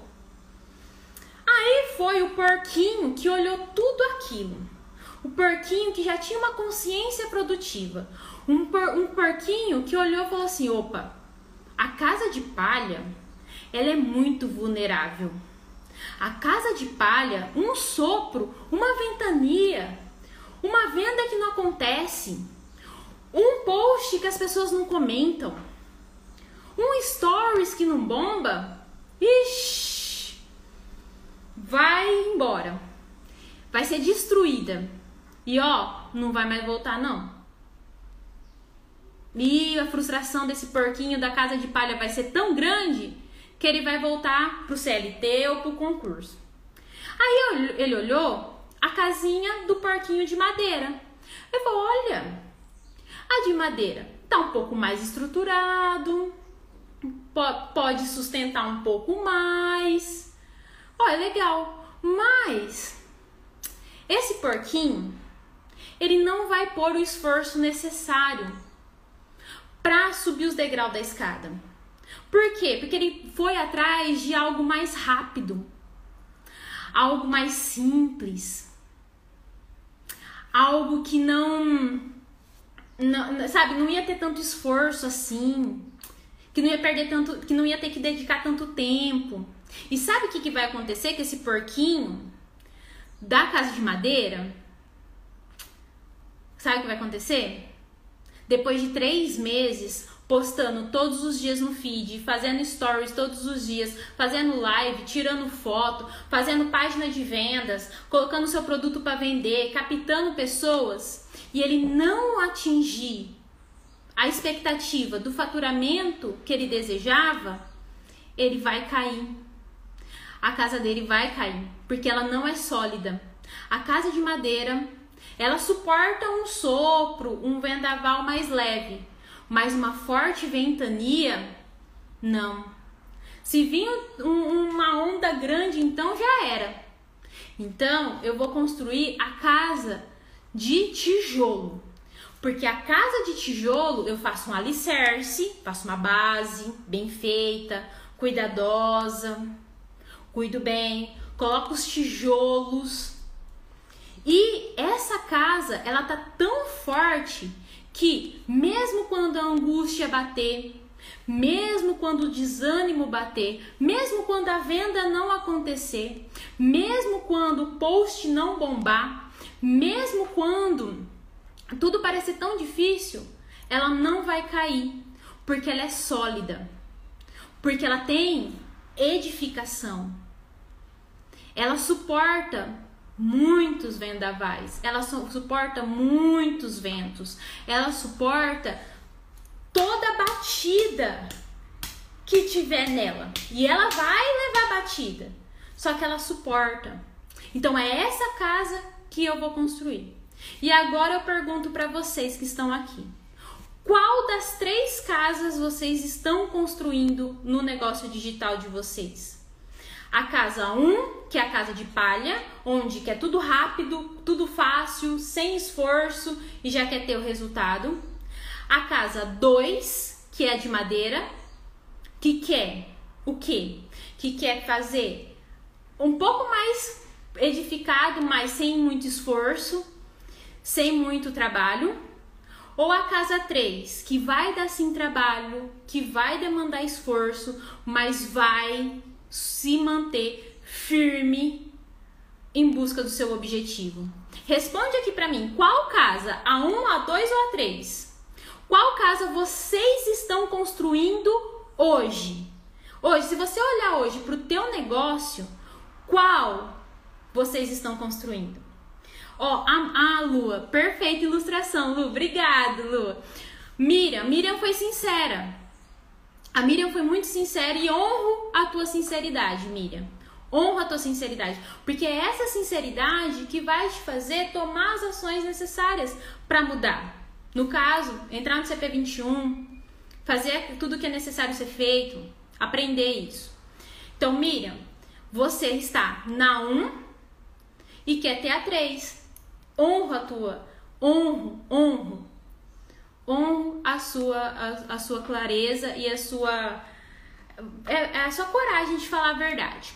Aí foi o porquinho que olhou tudo aquilo. O porquinho que já tinha uma consciência produtiva. Um, por, um porquinho que olhou e falou assim, opa, a casa de palha, ela é muito vulnerável. A casa de palha, um sopro, uma ventania, uma venda que não acontece, um post que as pessoas não comentam, um stories que não bomba, ixi, vai embora, vai ser destruída e ó, não vai mais voltar não. E a frustração desse porquinho da casa de palha vai ser tão grande que ele vai voltar pro C L T ou pro concurso. Aí ele olhou a casinha do porquinho de madeira. Ele falou, olha, a de madeira tá um pouco mais estruturado, pode sustentar um pouco mais. Olha, legal. Mas esse porquinho, ele não vai pôr o esforço necessário para subir os degraus da escada. Por quê? Porque ele foi atrás de algo mais rápido, algo mais simples, algo que não, não, sabe, não ia ter tanto esforço assim, que não ia perder tanto, que não ia ter que dedicar tanto tempo. E sabe o que, que vai acontecer com esse porquinho da casa de madeira? Sabe o que vai acontecer? Depois de três meses postando todos os dias no feed, fazendo stories todos os dias, fazendo live, tirando foto, fazendo página de vendas, colocando seu produto para vender, captando pessoas, e ele não atingir a expectativa do faturamento que ele desejava, ele vai cair. A casa dele vai cair, porque ela não é sólida. A casa de madeira, ela suporta um sopro, um vendaval mais leve, mas uma forte ventania, não. Se vir um, uma onda grande, então já era. Então, eu vou construir a casa de tijolo. Porque a casa de tijolo, eu faço um alicerce, faço uma base bem feita, cuidadosa, cuido bem, coloco os tijolos. E essa casa, ela tá tão forte que mesmo quando a angústia bater, mesmo quando o desânimo bater, mesmo quando a venda não acontecer, mesmo quando o post não bombar, mesmo quando tudo parecer tão difícil, ela não vai cair, porque ela é sólida, porque ela tem edificação, ela suporta muitos vendavais, ela su- suporta muitos ventos, ela suporta toda a batida que tiver nela, e ela vai levar batida, só que ela suporta. Então é essa casa que eu vou construir. E agora eu pergunto para vocês que estão aqui, qual das três casas vocês estão construindo no negócio digital de vocês? A casa um, que é a casa de palha, onde quer tudo rápido, tudo fácil, sem esforço e já quer ter o resultado. A casa dois, que é de madeira, que quer o quê? Que quer fazer um pouco mais edificado, mas sem muito esforço, sem muito trabalho. Ou a casa três, que vai dar sim trabalho, que vai demandar esforço, mas vai se manter firme em busca do seu objetivo. Responde aqui pra mim, qual casa, a um, a dois ou a três? Qual casa vocês estão construindo hoje? Hoje, se você olhar hoje pro teu negócio, qual vocês estão construindo? Ó, a, a Lua, perfeita ilustração, Lu, obrigado, Lu. Miriam, Miriam foi sincera. A Miriam foi muito sincera e honro a tua sinceridade, Miriam. Honro a tua sinceridade, porque é essa sinceridade que vai te fazer tomar as ações necessárias para mudar. No caso, entrar no C P vinte e um, fazer tudo o que é necessário ser feito, aprender isso. Então, Miriam, você está na um e quer ter a três. Honro a tua, honro, honro. Honro a sua, a, a sua clareza e a sua, é, é a sua coragem de falar a verdade.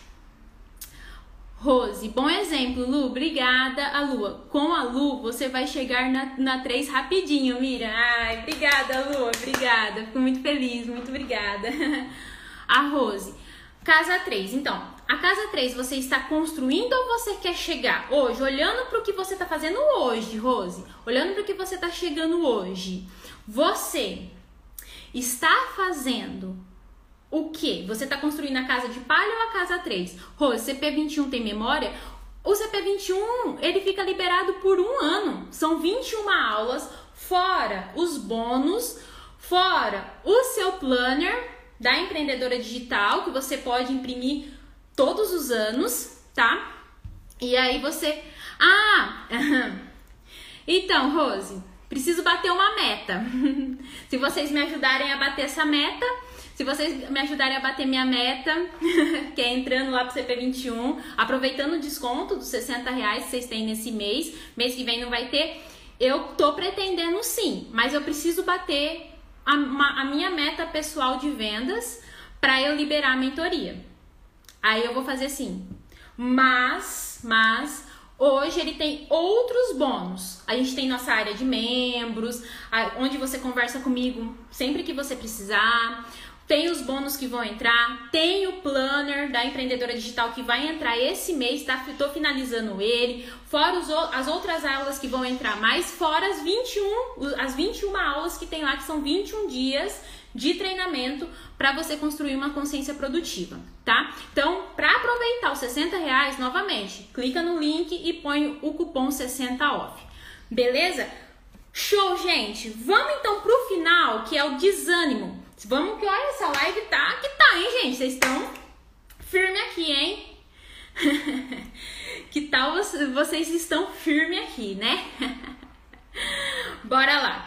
Rose, bom exemplo, Lu, obrigada. A Lua, com a Lu você vai chegar na, na três rapidinho, Miriam. Ai, obrigada, Lu, obrigada, fico muito feliz, muito obrigada. A Rose, casa três, então, a casa três você está construindo ou você quer chegar hoje? Olhando para o que você está fazendo hoje, Rose, olhando para o que você está chegando hoje, você está fazendo o quê? Você está construindo a casa de palha ou a casa três? Rose, C P vinte e um tem memória? O C P vinte e um, ele fica liberado por um ano. São vinte e uma aulas, fora os bônus, fora o seu planner da empreendedora digital, que você pode imprimir todos os anos, tá? E aí você... Ah! Então, Rose, preciso bater uma meta. Se vocês me ajudarem a bater essa meta, se vocês me ajudarem a bater minha meta, que é entrando lá pro C P vinte e um, aproveitando o desconto dos sessenta reais que vocês têm nesse mês, mês que vem não vai ter, eu tô pretendendo sim, mas eu preciso bater a, uma, a minha meta pessoal de vendas para eu liberar a mentoria. Aí eu vou fazer sim. Mas, mas... Hoje ele tem outros bônus. A gente tem nossa área de membros, onde você conversa comigo sempre que você precisar. Tem os bônus que vão entrar. Tem o planner da empreendedora digital que vai entrar esse mês, tá? Tô finalizando ele. Fora os, as outras aulas que vão entrar mais, fora as vinte e um, as vinte e uma aulas que tem lá, que são vinte e um dias de treinamento para você construir uma consciência produtiva, tá? Então, para aproveitar os sessenta reais, novamente, clica no link e põe o cupom sessenta off, beleza? Show, gente! Vamos então pro final, que é o desânimo. Vamos que olha, essa live tá que tá, hein, gente? Vocês estão firme aqui, hein? Que tal vocês estão firme aqui, né? Bora lá!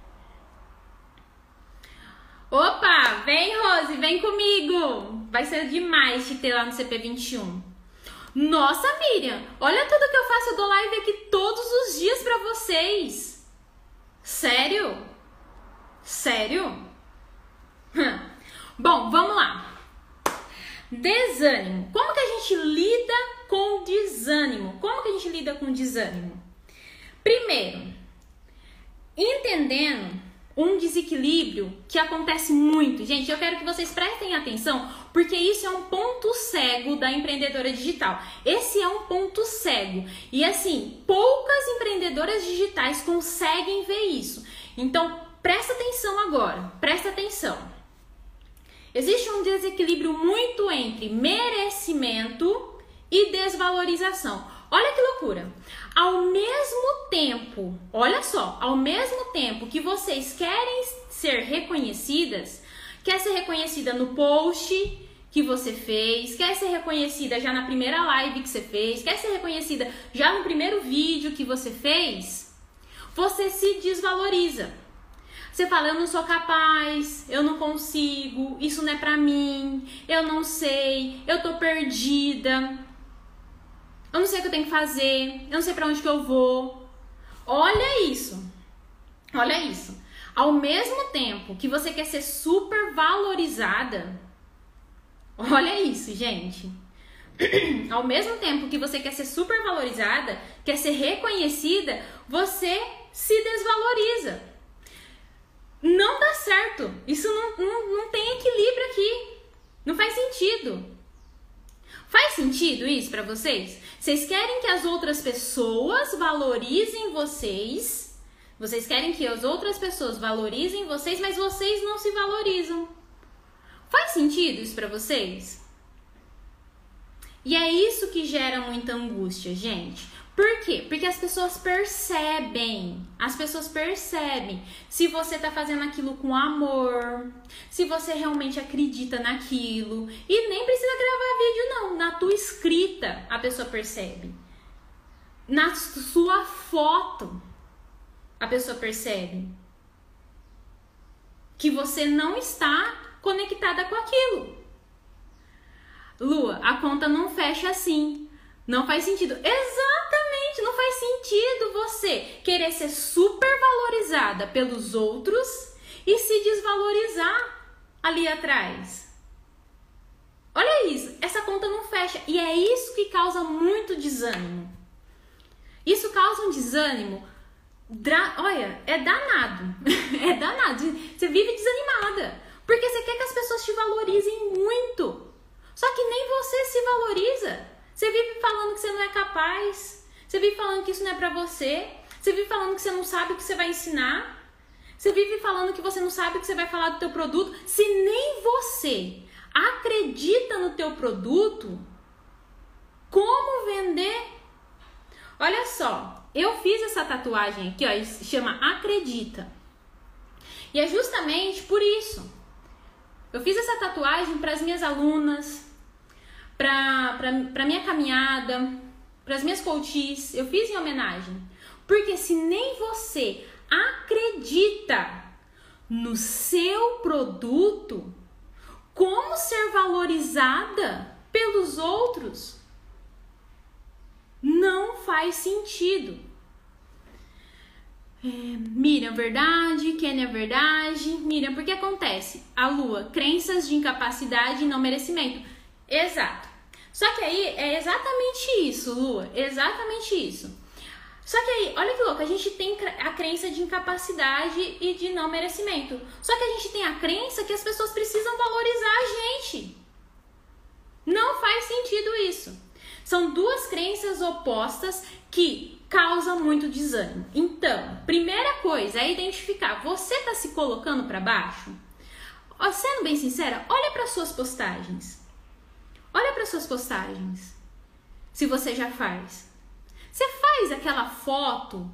Opa, vem Rose, vem comigo. Vai ser demais te ter lá no C P vinte e um. Nossa, Miriam, olha tudo que eu faço, eu dou live aqui todos os dias pra vocês. Sério? Sério? Hum. Bom, vamos lá. Desânimo. Como que a gente lida com desânimo? Como que a gente lida com desânimo? Primeiro, entendendo um desequilíbrio que acontece muito. Gente, eu quero que vocês prestem atenção, porque isso é um ponto cego da empreendedora digital. Esse é um ponto cego. E assim, poucas empreendedoras digitais conseguem ver isso. Então, presta atenção agora. Presta atenção. Existe um desequilíbrio muito entre merecimento e desvalorização. Olha que loucura. Ao mesmo tempo, olha só, ao mesmo tempo que vocês querem ser reconhecidas, quer ser reconhecida no post que você fez, quer ser reconhecida já na primeira live que você fez, quer ser reconhecida já no primeiro vídeo que você fez, você se desvaloriza. Você fala, eu não sou capaz, eu não consigo, isso não é pra mim, eu não sei, eu tô perdida. Eu não sei o que eu tenho que fazer, eu não sei pra onde que eu vou. Olha isso, olha isso. Ao mesmo tempo que você quer ser super valorizada, olha isso, gente. Ao mesmo tempo que você quer ser super valorizada, quer ser reconhecida, você se desvaloriza. Não dá certo, isso não, não, não tem equilíbrio aqui, não faz sentido. Faz sentido isso pra vocês? Vocês querem que as outras pessoas valorizem vocês? Vocês querem que as outras pessoas valorizem vocês, mas vocês não se valorizam. Faz sentido isso pra vocês? E é isso que gera muita angústia, gente. Por quê? Porque as pessoas percebem, as pessoas percebem se você tá fazendo aquilo com amor, se você realmente acredita naquilo. E nem precisa gravar vídeo não, na tua escrita a pessoa percebe. Na sua foto a pessoa percebe que você não está conectada com aquilo. Lua, a conta não fecha assim. Não faz sentido. Exatamente, não faz sentido você querer ser super valorizada pelos outros e se desvalorizar ali atrás. Olha isso, essa conta não fecha. E é isso que causa muito desânimo. Isso causa um desânimo, dra... olha, é danado. É danado. Você vive desanimada, porque você quer que as pessoas te valorizem muito. Só que nem você se valoriza. Você vive falando que você não é capaz. Você vive falando que isso não é pra você. Você vive falando que você não sabe o que você vai ensinar. Você vive falando que você não sabe o que você vai falar do teu produto. Se nem você acredita no teu produto, como vender? Olha só, eu fiz essa tatuagem aqui, ó, se chama Acredita. E é justamente por isso. Eu fiz essa tatuagem para as minhas alunas, para para minha caminhada, para as minhas coaches, eu fiz em homenagem. Porque se nem você acredita no seu produto, como ser valorizada pelos outros? Não faz sentido. É, Miriam, verdade. Kênia, verdade. Miriam, porque acontece? A Lua, crenças de incapacidade e não merecimento. Exato. Só que aí é exatamente isso, Lua. Exatamente isso. Só que aí, olha que louco, a gente tem a crença de incapacidade e de não merecimento. Só que a gente tem a crença que as pessoas precisam valorizar a gente. Não faz sentido isso. São duas crenças opostas que causam muito desânimo. Então, primeira coisa é identificar, você está se colocando para baixo? Ó, sendo bem sincera, olha para suas postagens. Olha para suas postagens. Se você já faz. Você faz aquela foto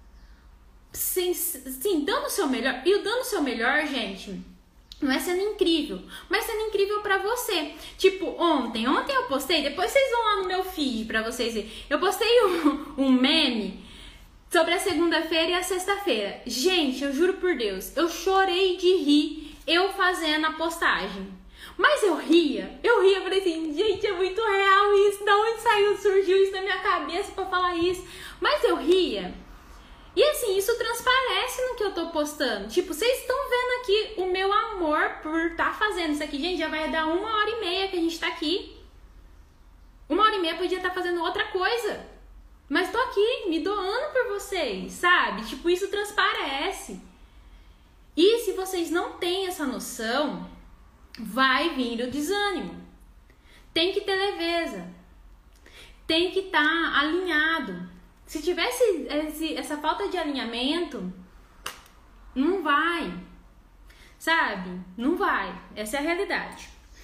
sem, sim, dando o seu melhor. E o dando o seu melhor, gente, não é sendo incrível, mas sendo incrível pra você. Tipo, ontem, ontem eu postei, depois vocês vão lá no meu feed pra vocês verem. Eu postei um, um meme sobre a segunda-feira e a sexta-feira. Gente, eu juro por Deus, eu chorei de rir eu fazendo a postagem. Mas eu ria, eu ria, falei assim, gente, é muito real isso, da onde saiu, surgiu isso na minha cabeça pra falar isso. Mas eu ria. E assim, isso transparece no que eu tô postando. Tipo, vocês estão vendo aqui o meu amor por estar tá fazendo isso aqui. Gente, já vai dar uma hora e meia que a gente tá aqui. Uma hora e meia podia estar tá fazendo outra coisa. Mas tô aqui, me doando por vocês, sabe? Tipo, isso transparece. E se vocês não têm essa noção, vai vir o desânimo. Tem que ter leveza. Tem que estar tá alinhado. Se tivesse esse, essa falta de alinhamento, não vai. Sabe? Não vai. Essa é a realidade.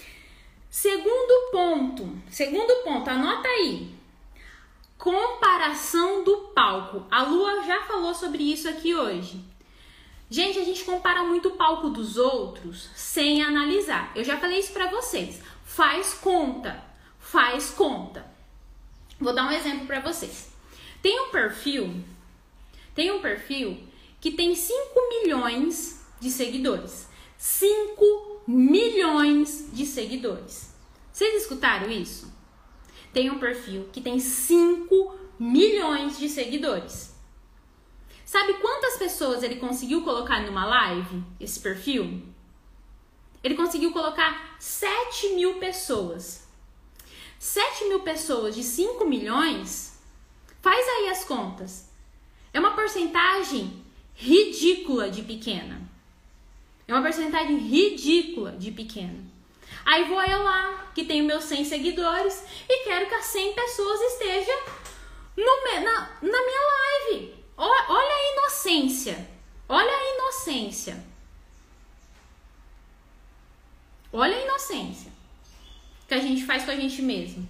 Segundo ponto. Segundo ponto, anota aí. Comparação do palco. A Lua já falou sobre isso aqui hoje. Gente, a gente compara muito o palco dos outros sem analisar. Eu já falei isso pra vocês. Faz conta. Faz conta. Vou dar um exemplo pra vocês. Tem um perfil, tem um perfil que tem cinco milhões de seguidores. cinco milhões de seguidores. Vocês escutaram isso? Tem um perfil que tem cinco milhões de seguidores. Sabe quantas pessoas ele conseguiu colocar numa live, esse perfil? Ele conseguiu colocar sete mil pessoas. sete mil pessoas de cinco milhões... Faz aí as contas. É uma porcentagem ridícula de pequena. É uma porcentagem ridícula de pequena. Aí vou eu lá, que tenho meus cem seguidores, e quero que as cem pessoas estejam no, na, na minha live. Olha, olha a inocência. Olha a inocência. Olha a inocência que a gente faz com a gente mesmo.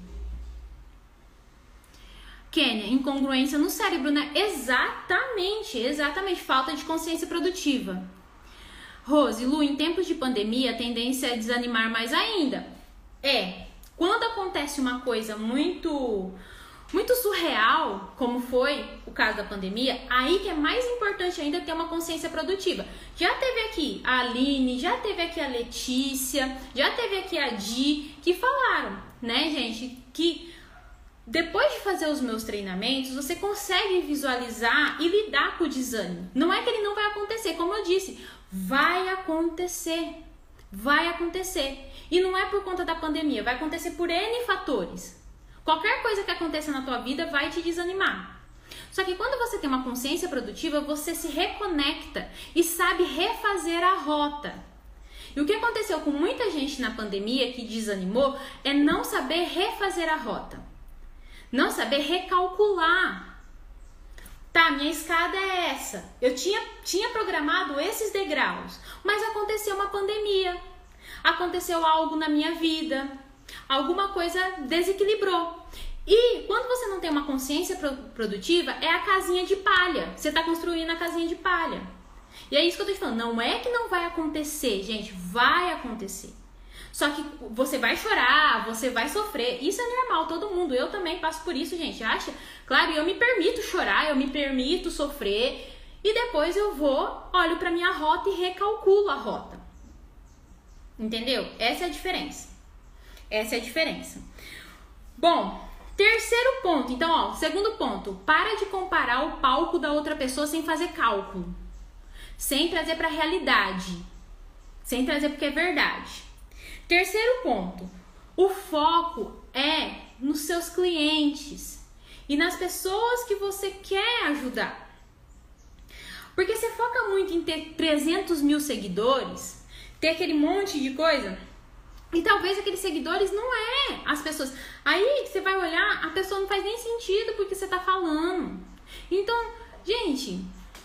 Kênia, incongruência no cérebro, né? Exatamente, exatamente. Falta de consciência produtiva. Rose, Lu, em tempos de pandemia, a tendência é desanimar mais ainda. É, quando acontece uma coisa muito, muito surreal, como foi o caso da pandemia, aí que é mais importante ainda ter uma consciência produtiva. Já teve aqui a Aline, já teve aqui a Letícia, já teve aqui a Di, que falaram, né, gente, que depois de fazer os meus treinamentos, você consegue visualizar e lidar com o desânimo. Não é que ele não vai acontecer, como eu disse, vai acontecer, vai acontecer. E não é por conta da pandemia, vai acontecer por N fatores. Qualquer coisa que aconteça na tua vida vai te desanimar. Só que quando você tem uma consciência produtiva, você se reconecta e sabe refazer a rota. E o que aconteceu com muita gente na pandemia que desanimou é não saber refazer a rota. Não saber recalcular. Tá, minha escada é essa. Eu tinha, tinha programado esses degraus, mas aconteceu uma pandemia. Aconteceu algo na minha vida. Alguma coisa desequilibrou. E quando você não tem uma consciência produtiva, é a casinha de palha. Você está construindo a casinha de palha. E é isso que eu tô te falando. Não é que não vai acontecer, gente. Vai acontecer. Só que você vai chorar, você vai sofrer. Isso é normal, todo mundo. Eu também passo por isso, gente. Acha? Claro, eu me permito chorar, eu me permito sofrer. E depois eu vou, olho pra minha rota e recalculo a rota. Entendeu? Essa é a diferença. Essa é a diferença. Bom, terceiro ponto. Então, ó, segundo ponto. Para de comparar o palco da outra pessoa sem fazer cálculo. Sem trazer pra realidade. Sem trazer porque é verdade. Terceiro ponto, o foco é nos seus clientes e nas pessoas que você quer ajudar. Porque você foca muito em ter trezentos mil seguidores, ter aquele monte de coisa, e talvez aqueles seguidores não é as pessoas. Aí você vai olhar, a pessoa não faz nem sentido porque você tá falando. Então, gente,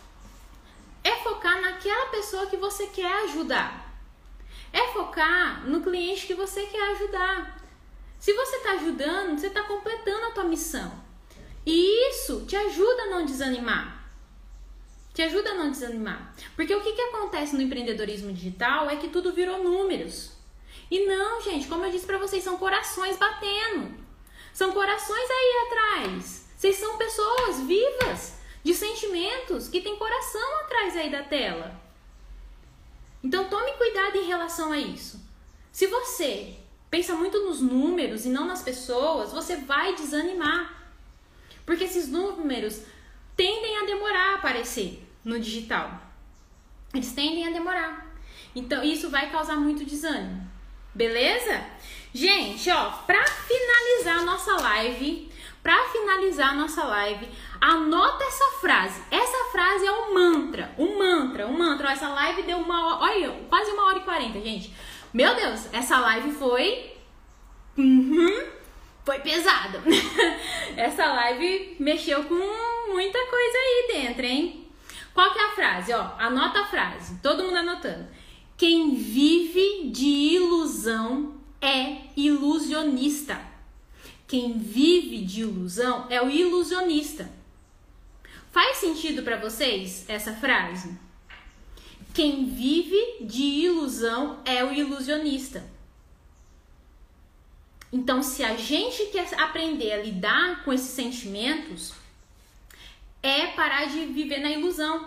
é focar naquela pessoa que você quer ajudar. É focar no cliente que você quer ajudar. Se você está ajudando, você está completando a tua missão. E isso te ajuda a não desanimar. Te ajuda a não desanimar. Porque o que, que acontece no empreendedorismo digital é que tudo virou números. E não, gente, como eu disse para vocês, são corações batendo. São corações aí atrás. Vocês são pessoas vivas, de sentimentos, que tem coração atrás aí da tela. Então tome cuidado em relação a isso. Se você pensa muito nos números e não nas pessoas, você vai desanimar. Porque esses números tendem a demorar a aparecer no digital. Eles tendem a demorar. Então isso vai causar muito desânimo. Beleza? Gente, ó, pra finalizar a nossa live, pra finalizar a nossa live, anota essa frase. Essa frase é um mantra, um mantra, um mantra. Ó, essa live deu uma hora, olha, quase uma hora e quarenta, gente. Meu Deus, essa live foi... Uhum, foi pesada. Essa live mexeu com muita coisa aí dentro, hein? Qual que é a frase? Ó, anota a frase, todo mundo anotando. Quem vive de ilusão é ilusionista. Quem vive de ilusão é o ilusionista. Faz sentido para vocês essa frase? Quem vive de ilusão é o ilusionista. Então, se a gente quer aprender a lidar com esses sentimentos, é parar de viver na ilusão.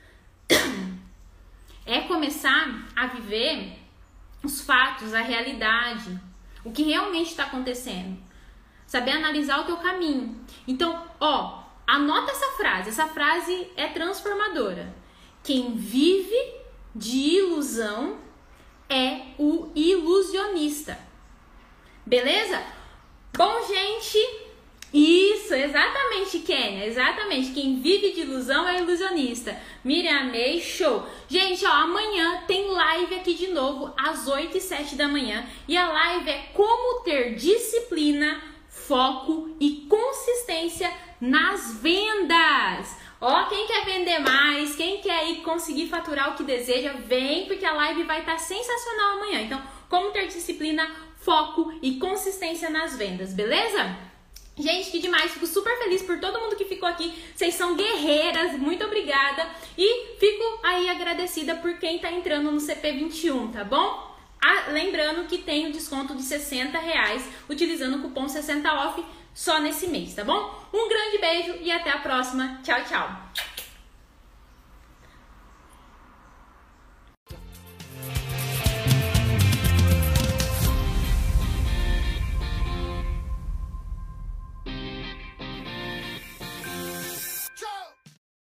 É começar a viver os fatos, a realidade, o que realmente está acontecendo. Saber analisar o teu caminho. Então, ó, anota essa frase. Essa frase é transformadora. Quem vive de ilusão é o ilusionista. Beleza? Bom, gente, isso, exatamente, Kênia, exatamente. Quem vive de ilusão é ilusionista. Miriam, amei, show. Gente, ó, amanhã tem live aqui de novo, às oito e sete da manhã. E a live é como ter disciplina, foco e consistência nas vendas. Ó, quem quer vender mais, quem quer aí conseguir faturar o que deseja, vem, porque a live vai estar sensacional amanhã. Então, como ter disciplina, foco e consistência nas vendas, beleza? Gente, que demais, fico super feliz por todo mundo que ficou aqui, vocês são guerreiras, muito obrigada. E fico aí agradecida por quem tá entrando no C P vinte e um, tá bom? Ah, lembrando que tem o desconto de sessenta reais, utilizando o cupom sessenta off só nesse mês, tá bom? Um grande beijo e até a próxima. Tchau, tchau!